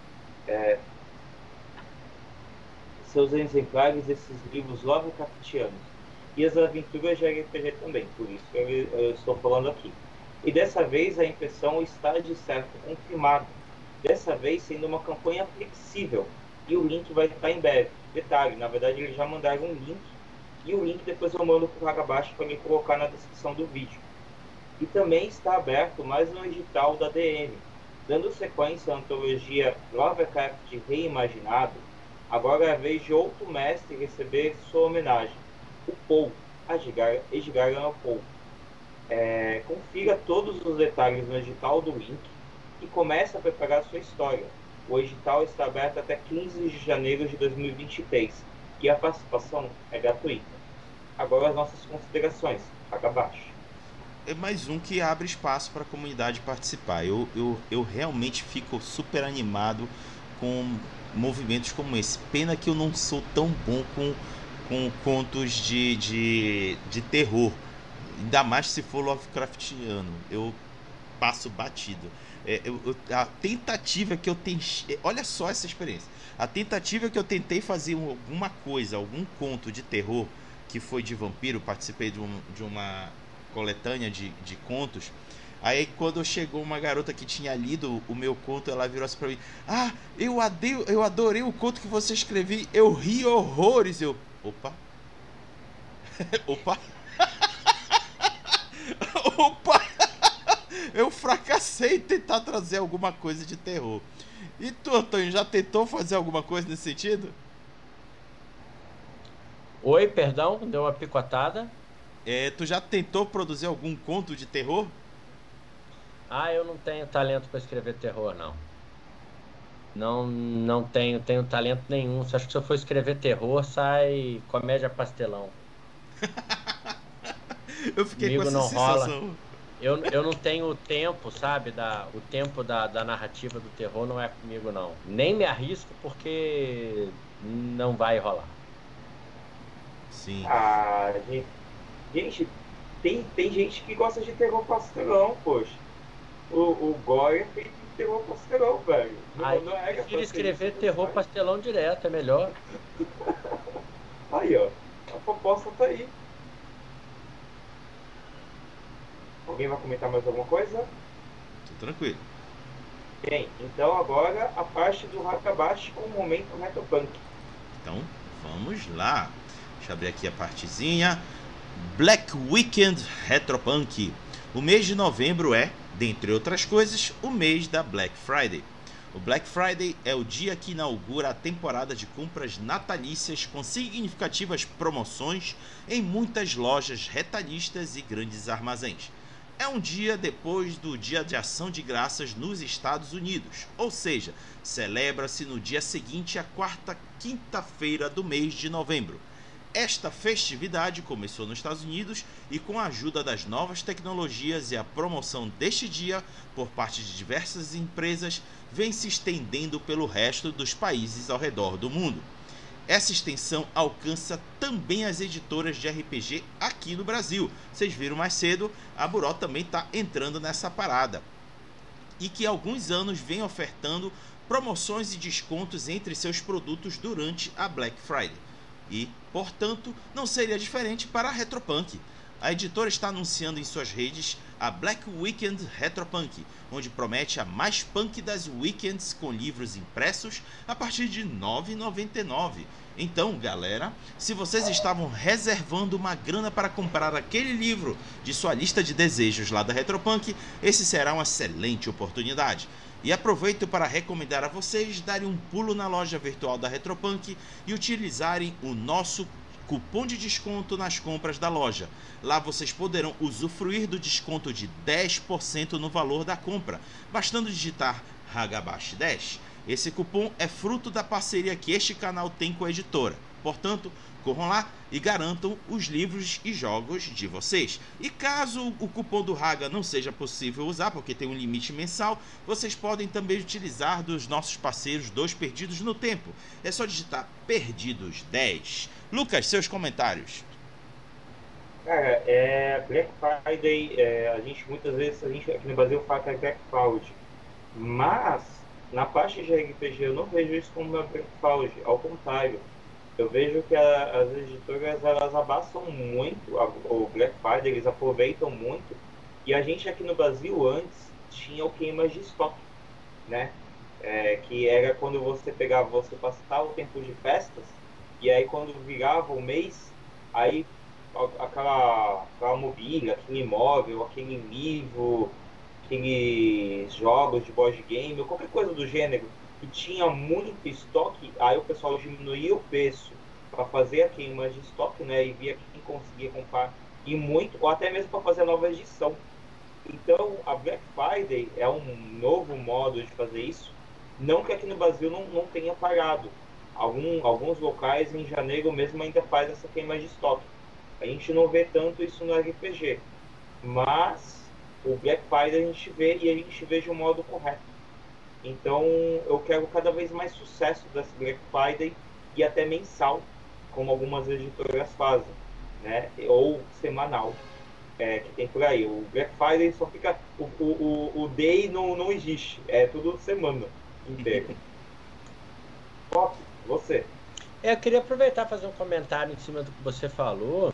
seus exemplares desses livros Lovecraftianos e as aventuras de RPG também, por isso eu estou falando aqui. E dessa vez a impressão está de certo confirmada, dessa vez sendo uma campanha flexível, e o link vai estar em breve. Detalhe, na verdade eles já mandaram um link, e o link depois eu mando por lá abaixo para me colocar na descrição do vídeo. E também está aberto mais um edital da DM, dando sequência à antologia Lovecraft Reimaginado. Agora é a vez de outro mestre receber sua homenagem, o Poe, Edgar Allan Poe. Confira todos os detalhes no edital do link e comece a preparar sua história. O edital está aberto até 15 de janeiro de 2023 e a participação é gratuita. Agora as nossas considerações, paga abaixo. É mais um que abre espaço para a comunidade participar. Eu realmente fico super animado com movimentos como esse. Pena que eu não sou tão bom com contos de terror. Ainda mais se for Lovecraftiano. Eu passo batido. A tentativa que eu tentei... Olha só essa experiência. A tentativa que eu tentei fazer alguma coisa, algum conto de terror, que foi de vampiro, participei de uma coletânea de contos. Aí quando chegou uma garota que tinha lido o meu conto, ela virou assim pra mim: "Ah, eu adorei o conto que você escreveu, eu ri horrores." Opa. Opa. Opa. Eu fracassei em tentar trazer alguma coisa de terror. E tu, Antônio, já tentou fazer alguma coisa nesse sentido? Oi, perdão, deu uma picotada. Tu já tentou produzir algum conto de terror? Eu não tenho talento para escrever terror, não. Não tenho talento nenhum. Acho que se eu for escrever terror, sai comédia pastelão. Eu fiquei Comigo com essa não sensação. Rola. Eu não tenho o tempo, sabe? O tempo da narrativa do terror não é comigo, não. Nem me arrisco porque não vai rolar. Sim. Gente, tem gente que gosta de terror pastelão, poxa. O Gore é feito de terror pastelão, velho. Eu prefiro escrever terror pastelão direto, é melhor. Aí, ó. A proposta tá aí. Alguém vai comentar mais alguma coisa? Tô tranquilo. Bem, então agora a parte do Hakabashi com o momento Retropunk. Então, vamos lá. Deixa eu abrir aqui a partezinha. Black Weekend Retropunk. O mês de novembro é, dentre outras coisas, o mês da Black Friday. O Black Friday é o dia que inaugura a temporada de compras natalícias com significativas promoções em muitas lojas retalhistas e grandes armazéns. É um dia depois do Dia de Ação de Graças nos Estados Unidos, ou seja, celebra-se no dia seguinte à quarta quinta-feira do mês de novembro. Esta festividade começou nos Estados Unidos e, com a ajuda das novas tecnologias e a promoção deste dia por parte de diversas empresas, vem se estendendo pelo resto dos países ao redor do mundo. Essa extensão alcança também as editoras de RPG aqui no Brasil. Vocês viram mais cedo, a Buró também está entrando nessa parada. E que há alguns anos vem ofertando promoções e descontos entre seus produtos durante a Black Friday. E, portanto, não seria diferente para a Retropunk. A editora está anunciando em suas redes a Black Weekend Retropunk, onde promete a mais punk das weekends com livros impressos a partir de R$ 9,99. Então, galera, se vocês estavam reservando uma grana para comprar aquele livro de sua lista de desejos lá da Retropunk, esse será uma excelente oportunidade. E aproveito para recomendar a vocês darem um pulo na loja virtual da Retropunk e utilizarem o nosso cupom de desconto nas compras da loja. Lá vocês poderão usufruir do desconto de 10% no valor da compra, bastando digitar Hagabashi10. Esse cupom é fruto da parceria que este canal tem com a editora. Portanto, corram lá e garantam os livros e jogos de vocês. E caso o cupom do Haga não seja possível usar, porque tem um limite mensal, vocês podem também utilizar dos nossos parceiros Dois Perdidos no Tempo. É só digitar Perdidos 10. Lucas, seus comentários. Cara, Black Friday, a gente muitas vezes, aqui no Brasil fala que é Black Fraud, mas na parte de RPG eu não vejo isso como uma Black Fraud, ao contrário. Eu vejo que as editoras, elas abaçam muito o Black Friday, eles aproveitam muito, e a gente aqui no Brasil antes tinha o queimas de estoque, né? Que era quando você pegava, você passava o tempo de festas, e aí quando virava o mês, aí aquela mobília, aquele imóvel, aquele livro, aqueles jogos de board game, ou qualquer coisa do gênero, que tinha muito estoque, aí o pessoal diminuía o preço para fazer a queima de estoque, né, e via quem conseguia comprar e muito, ou até mesmo para fazer a nova edição. Então, a Black Friday é um novo modo de fazer isso, não que aqui no Brasil não tenha parado. Alguns locais em janeiro mesmo ainda faz essa queima de estoque. A gente não vê tanto isso no RPG, mas o Black Friday a gente vê, e a gente vê de um modo correto. Então, eu quero cada vez mais sucesso dessa Black Friday e até mensal, como algumas editoras fazem, né? Ou semanal, que tem por aí. O Black Friday só fica... O day não existe, é tudo semana inteira. Top, você. Eu queria aproveitar e fazer um comentário em cima do que você falou.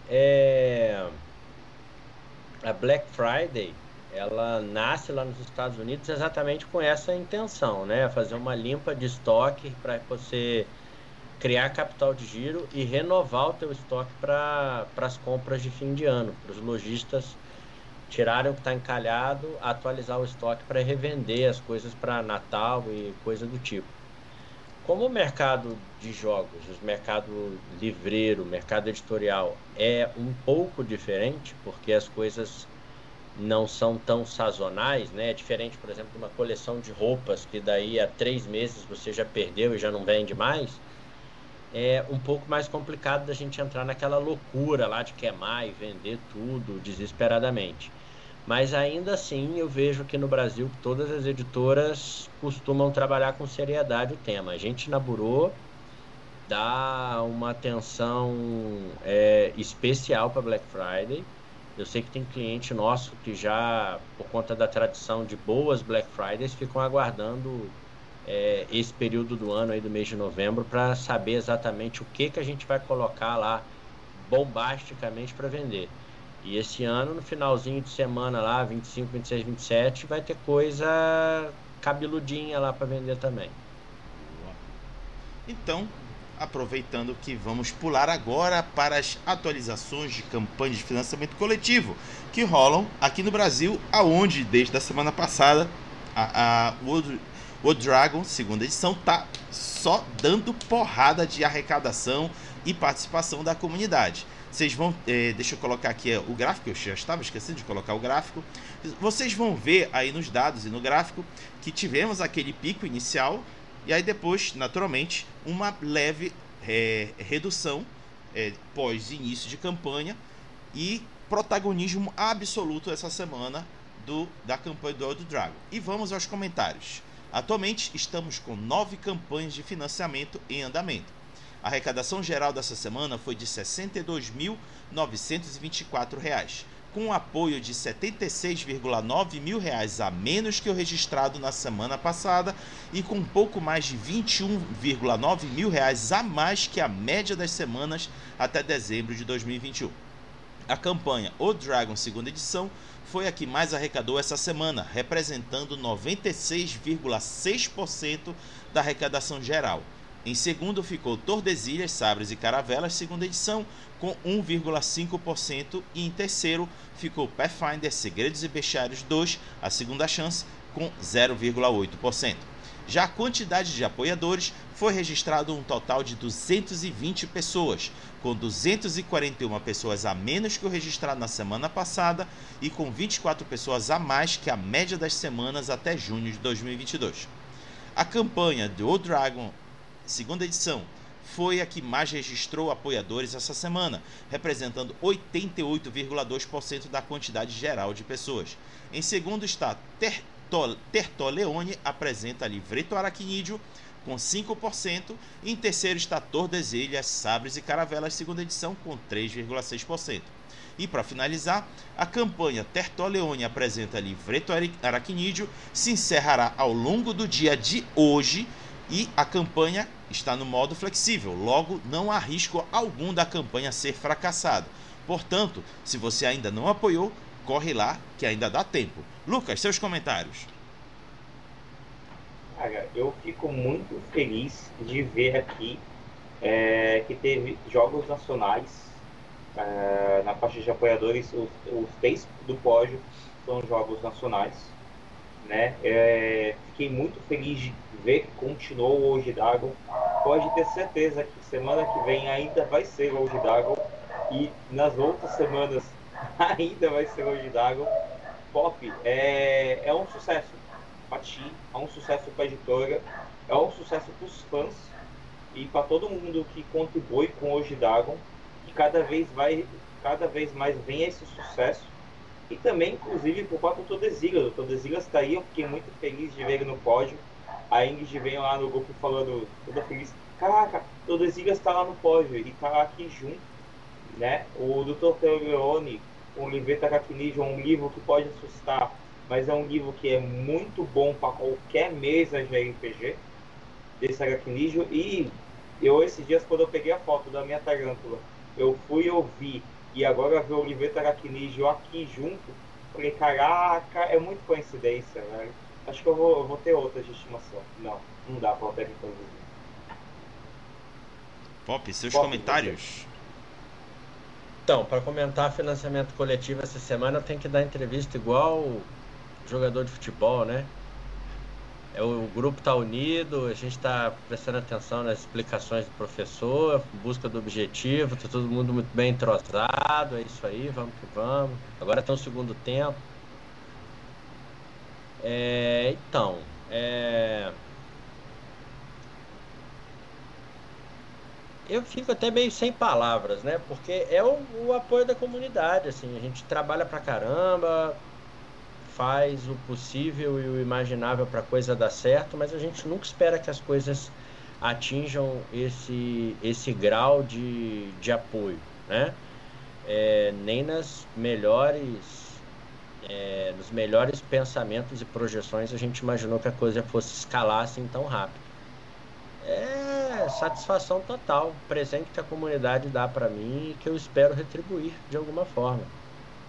A Black Friday, ela nasce lá nos Estados Unidos exatamente com essa intenção, né? Fazer uma limpa de estoque para você criar capital de giro e renovar o teu estoque para as compras de fim de ano, para os lojistas tirarem o que está encalhado, atualizar o estoque para revender as coisas para Natal e coisa do tipo. Como o mercado de jogos, o mercado livreiro, o mercado editorial é um pouco diferente, porque as coisas não são tão sazonais, né? É diferente, por exemplo, de uma coleção de roupas que daí a 3 meses você já perdeu e já não vende mais. É um pouco mais complicado da gente entrar naquela loucura lá de queimar e vender tudo desesperadamente. Mas ainda assim eu vejo que no Brasil todas as editoras costumam trabalhar com seriedade o tema. A gente na Burô dá uma atenção especial para Black Friday. Eu sei que tem cliente nosso que já, por conta da tradição de boas Black Fridays, ficam aguardando esse período do ano, aí do mês de novembro, para saber exatamente o que a gente vai colocar lá bombasticamente para vender. E esse ano, no finalzinho de semana lá, 25, 26, 27, vai ter coisa cabeludinha lá para vender também. Então, aproveitando que vamos pular agora para as atualizações de campanhas de financiamento coletivo que rolam aqui no Brasil, aonde desde a semana passada a World Dragon, segunda edição, tá só dando porrada de arrecadação e participação da comunidade. Vocês vão, deixa eu colocar aqui o gráfico, eu já estava esquecendo de colocar o gráfico. Vocês vão ver aí nos dados e no gráfico que tivemos aquele pico inicial e aí depois, naturalmente, uma leve redução pós início de campanha e protagonismo absoluto essa semana da campanha do World Dragon. E vamos aos comentários. Atualmente estamos com 9 campanhas de financiamento em andamento. A arrecadação geral dessa semana foi de R$ 62.924, com um apoio de R$ 76,9 mil a menos que o registrado na semana passada e com um pouco mais de R$ 21,9 mil a mais que a média das semanas até dezembro de 2021. A campanha O Dragon segunda edição foi a que mais arrecadou essa semana, representando 96,6% da arrecadação geral. Em segundo ficou Tordesilhas, Sabres e Caravelas, segunda edição, com 1,5%, e em terceiro ficou Pathfinder, Segredos e Bestiários 2, a segunda chance, com 0,8%. Já a quantidade de apoiadores foi registrado um total de 220 pessoas, com 241 pessoas a menos que o registrado na semana passada e com 24 pessoas a mais que a média das semanas até junho de 2022. A campanha do O Dragon segunda edição foi a que mais registrou apoiadores essa semana, representando 88,2% da quantidade geral de pessoas. Em segundo está Tertoleone, apresenta Livreto Aracnídeo, com 5%, e em terceiro está Tordesilhas, Sabres e Caravelas, segunda edição, com 3,6%. E para finalizar, a campanha Tertoleone apresenta Livreto Aracnídeo se encerrará ao longo do dia de hoje e a campanha está no modo flexível, logo não há risco algum da campanha ser fracassada. Portanto, se você ainda não apoiou, corre lá que ainda dá tempo. Lucas, seus comentários. Cara, eu fico muito feliz de ver aqui que teve jogos nacionais na parte de apoiadores. Os 3 do pódio são jogos nacionais, né? Fiquei muito feliz de ver que continuou o World Dragon. Pode ter certeza que semana que vem ainda vai ser o World Dragon e nas outras semanas ainda vai ser o World Dragon. Pop é um sucesso para ti, é um sucesso para a editora, é um sucesso para os fãs e para todo mundo que contribui com o World Dragon, que cada vez mais vem esse sucesso. E também, inclusive, por próprio Tordesilhas. O Tordesilhas está aí, eu fiquei muito feliz de ver ele no pódio. A Ingrid veio lá no grupo falando, toda feliz, caraca, Tordesilhas está lá no pódio e está aqui junto, né? O Dr. Leone, o Livreto Aracnídeo, é um livro que pode assustar, mas é um livro que é muito bom para qualquer mesa de RPG, desse Aracnídeo. E eu, esses dias, quando eu peguei a foto da minha tarântula, eu fui ouvir e agora ver o Livreto Aracnídeo aqui junto, falei, caraca, é muito coincidência, velho. Acho que eu vou ter outras de estimação. Não dá pra ter que fazer. Pop, seus comentários. Então, para comentar financiamento coletivo essa semana, eu tenho que dar entrevista igual jogador de futebol, né? O grupo está unido, a gente está prestando atenção nas explicações do professor, busca do objetivo, está todo mundo muito bem entrosado, é isso aí, vamos que vamos. Agora está no segundo tempo. Eu fico até meio sem palavras, né? Porque é o apoio da comunidade, assim, a gente trabalha pra caramba, faz o possível e o imaginável para a coisa dar certo, mas a gente nunca espera que as coisas atinjam esse grau de apoio, né? Nem nos melhores pensamentos e projeções a gente imaginou que a coisa fosse escalar assim tão rápido. Satisfação total, presente que a comunidade dá para mim e que eu espero retribuir de alguma forma.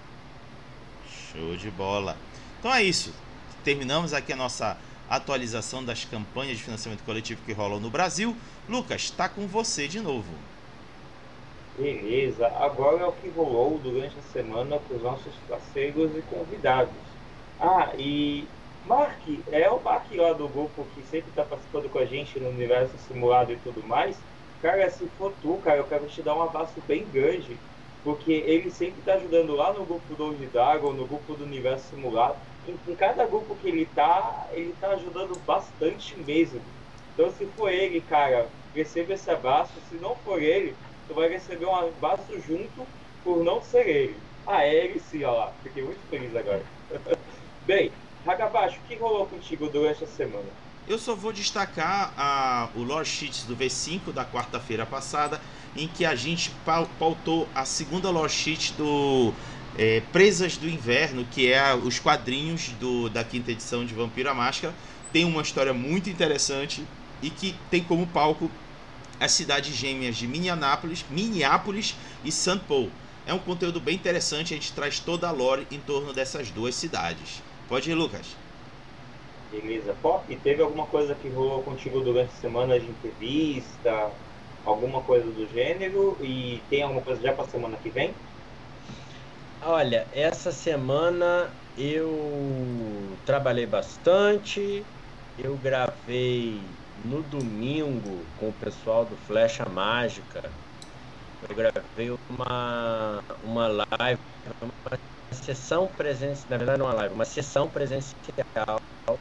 Show de bola. Então é isso. Terminamos aqui a nossa atualização das campanhas de financiamento coletivo que rolam no Brasil. Lucas, está com você de novo. Beleza, agora é o que rolou durante a semana com os nossos parceiros e convidados. Ah, e Mark, é o Mark lá do grupo que sempre está participando com a gente no universo simulado e tudo mais. Cara, se for tu, cara, eu quero te dar um abraço bem grande, porque ele sempre está ajudando lá no grupo do Dragon, no grupo do universo simulado. Em cada grupo que ele tá ajudando bastante mesmo. Então, se for ele, cara, receba esse abraço. Se não for ele, tu vai receber um abraço junto por não ser ele. Ah, é ele sim, olha lá. Fiquei muito feliz agora. Bem, Hagabashi, o que rolou contigo durante a semana? Eu só vou destacar o Lore Sheets do V5 da quarta-feira passada, em que a gente pautou a segunda Lore Sheet do Presas do Inverno, que é os quadrinhos da quinta edição de Vampiro à Máscara. Tem uma história muito interessante e que tem como palco as cidades gêmeas de Minneapolis e St. Paul. É um conteúdo bem interessante, a gente traz toda a lore em torno dessas duas cidades. Pode ir, Lucas. Beleza. Pop, teve alguma coisa que rolou contigo durante a semana de entrevista? Alguma coisa do gênero? E tem alguma coisa já para a semana que vem? Olha, essa semana eu trabalhei bastante, eu gravei no domingo com o pessoal do Flecha Mágica, eu gravei uma live, uma sessão presencial, na verdade não uma live, uma sessão presencial,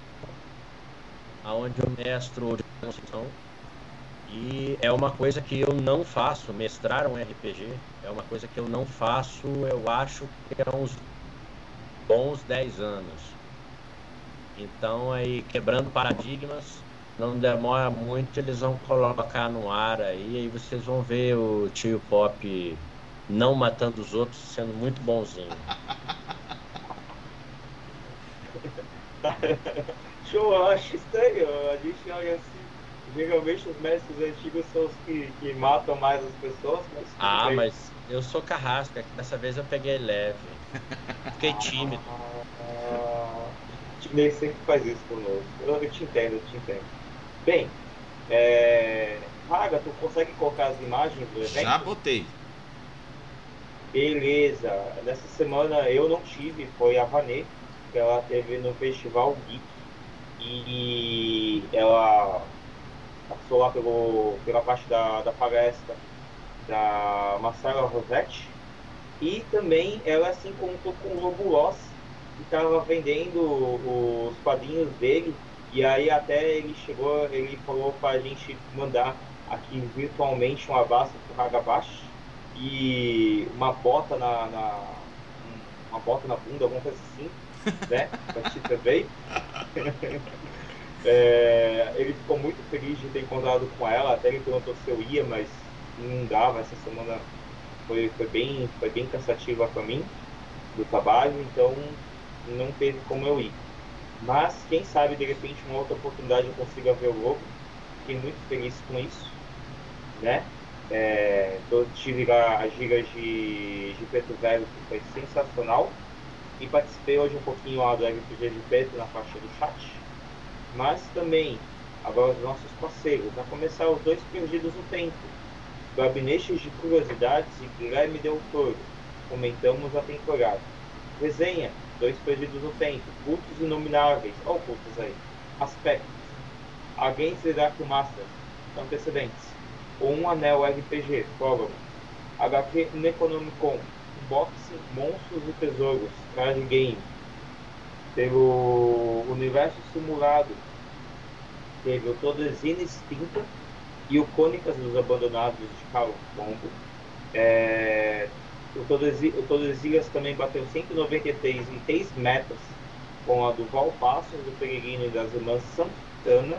onde eu mestro de construção. E é uma coisa que eu não faço, mestrar um RPG, é uma coisa que eu não faço, eu acho que há uns bons 10 anos. Então, aí, quebrando paradigmas, não demora muito, eles vão colocar no ar aí vocês vão ver o tio Pop não matando os outros, sendo muito bonzinho. Show, eu acho estranho, a gente olha assim. Geralmente os mestres antigos são os que matam mais as pessoas, mas... mas eu sou carrasca, dessa vez eu peguei leve. Fiquei tímido. Nem sempre faz isso conosco. Eu te entendo, Bem, Raga, tu consegue colocar as imagens do evento? Já botei. Beleza. Nessa semana eu não tive, foi a Vanê, que ela teve no Festival Geek. E ela passou lá pela parte da palestra da Marcela Rossetti, e também ela se encontrou com o Lobo Loss, que estava vendendo os quadrinhos dele, e aí até ele falou para a gente mandar aqui virtualmente um abraço pro Hagabashi e uma bota uma bota na bunda, alguma coisa assim, né? Pra ti também. Ele ficou muito feliz de ter encontrado com ela, até ele perguntou se eu ia, mas não dava. Essa semana foi bem cansativa para mim do trabalho, então não teve como eu ir. Mas quem sabe de repente uma outra oportunidade eu consiga ver o logo. Fiquei muito feliz com isso, né? Tive lá as giras de Preto Velho, que foi sensacional, e participei hoje um pouquinho lá do RPG de Preto na faixa do chat. Mas também, agora os nossos parceiros, a começar os dois Perdidos no Tempo, Gabinetes de Curiosidades e Guilherme Del Toro, comentamos a temporada. Resenha, Dois Perdidos no Tempo, Cultos Inomináveis, olha o cultos aí, Aspectos, Agentes de Dark Masters, Antecedentes, Um Anel RPG, Prólogo, HQ Necronomicon, Boxing, Monstros e Tesouros, Card Game. Pelo Universo Simulado, teve o Todesina Extinta e o Crônicas dos Abandonados de Carlos Pombo. O Todesilas também bateu 193 em 3 metas com a do Valpassos, do Peregrino e das Irmãs Santana.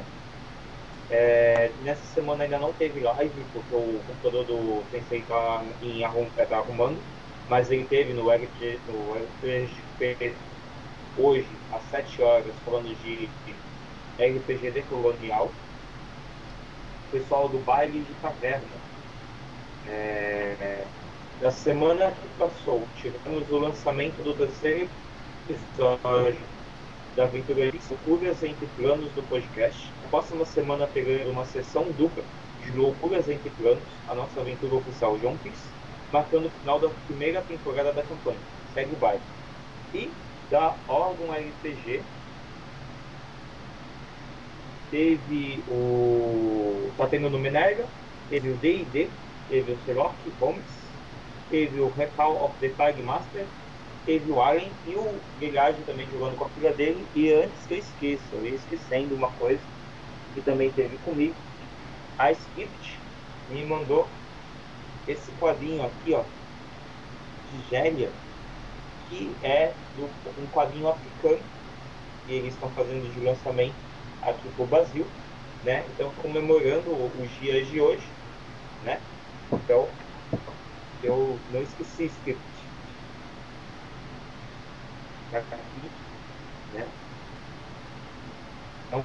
Nessa semana ainda não teve live, porque o computador do Sensei está arrumando, mas ele teve no RPG hoje, às 7 horas, falando de RPG decolonial. O pessoal do Baile de Caverna. Na semana que passou, tivemos o lançamento do terceiro episódio da Aventura Loucuras Entre Planos do podcast. Na próxima semana teremos uma sessão dupla de Loucuras Entre Planos, a nossa aventura oficial One Piece, marcando o final da primeira temporada da campanha. Segue o baile. E da Órgão RPG teve tá tendo no Minerva, teve o D&D, teve o Sherlock Holmes, teve o Recall of the Tag Master, teve o Allen e o Guilherme também jogando com a filha dele. E antes que eu esqueça, eu ia esquecendo uma coisa que também teve comigo, a Script me mandou esse quadrinho aqui, ó, de Gélia, que é um quadrinho africano, e eles estão fazendo de lançamento aqui pro Brasil, né? Então, comemorando os dias de hoje, né? Então, eu não esqueci Script. Tá aqui, né? Então,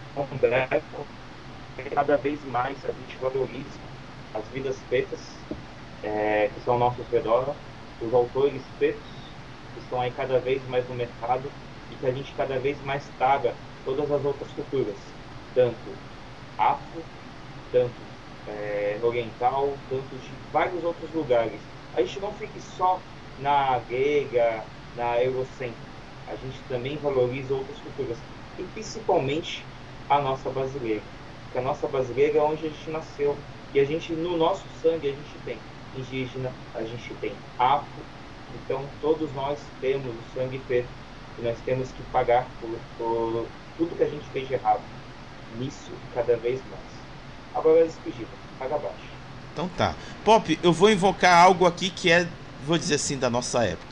cada vez mais a gente valoriza as vidas pretas, que são ao nosso redor, os autores pretos, que estão aí cada vez mais no mercado, e que a gente cada vez mais traga todas as outras culturas, tanto afro, tanto oriental, tanto de vários outros lugares. A gente não fique só na grega, na eurocêntrica, a gente também valoriza outras culturas, e principalmente a nossa brasileira, porque a nossa brasileira é onde a gente nasceu, e a gente, no nosso sangue, a gente tem indígena, a gente tem afro, então todos nós temos o sangue preto, e nós temos que pagar por tudo que a gente fez de errado, nisso cada vez mais. Agora despedida, paga abaixo. Então tá. Pop, eu vou invocar algo aqui que é, vou dizer assim, da nossa época.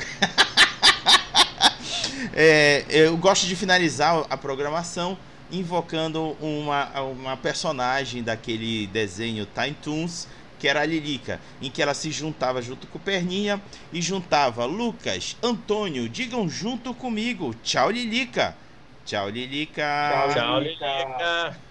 Eu gosto de finalizar a programação invocando uma personagem daquele desenho Tiny Toons, que era a Lilica, em que ela se juntava junto com o Perninha e juntava Lucas, Antônio, digam junto comigo, tchau Lilica. Tchau Lilica. Tchau Lilica.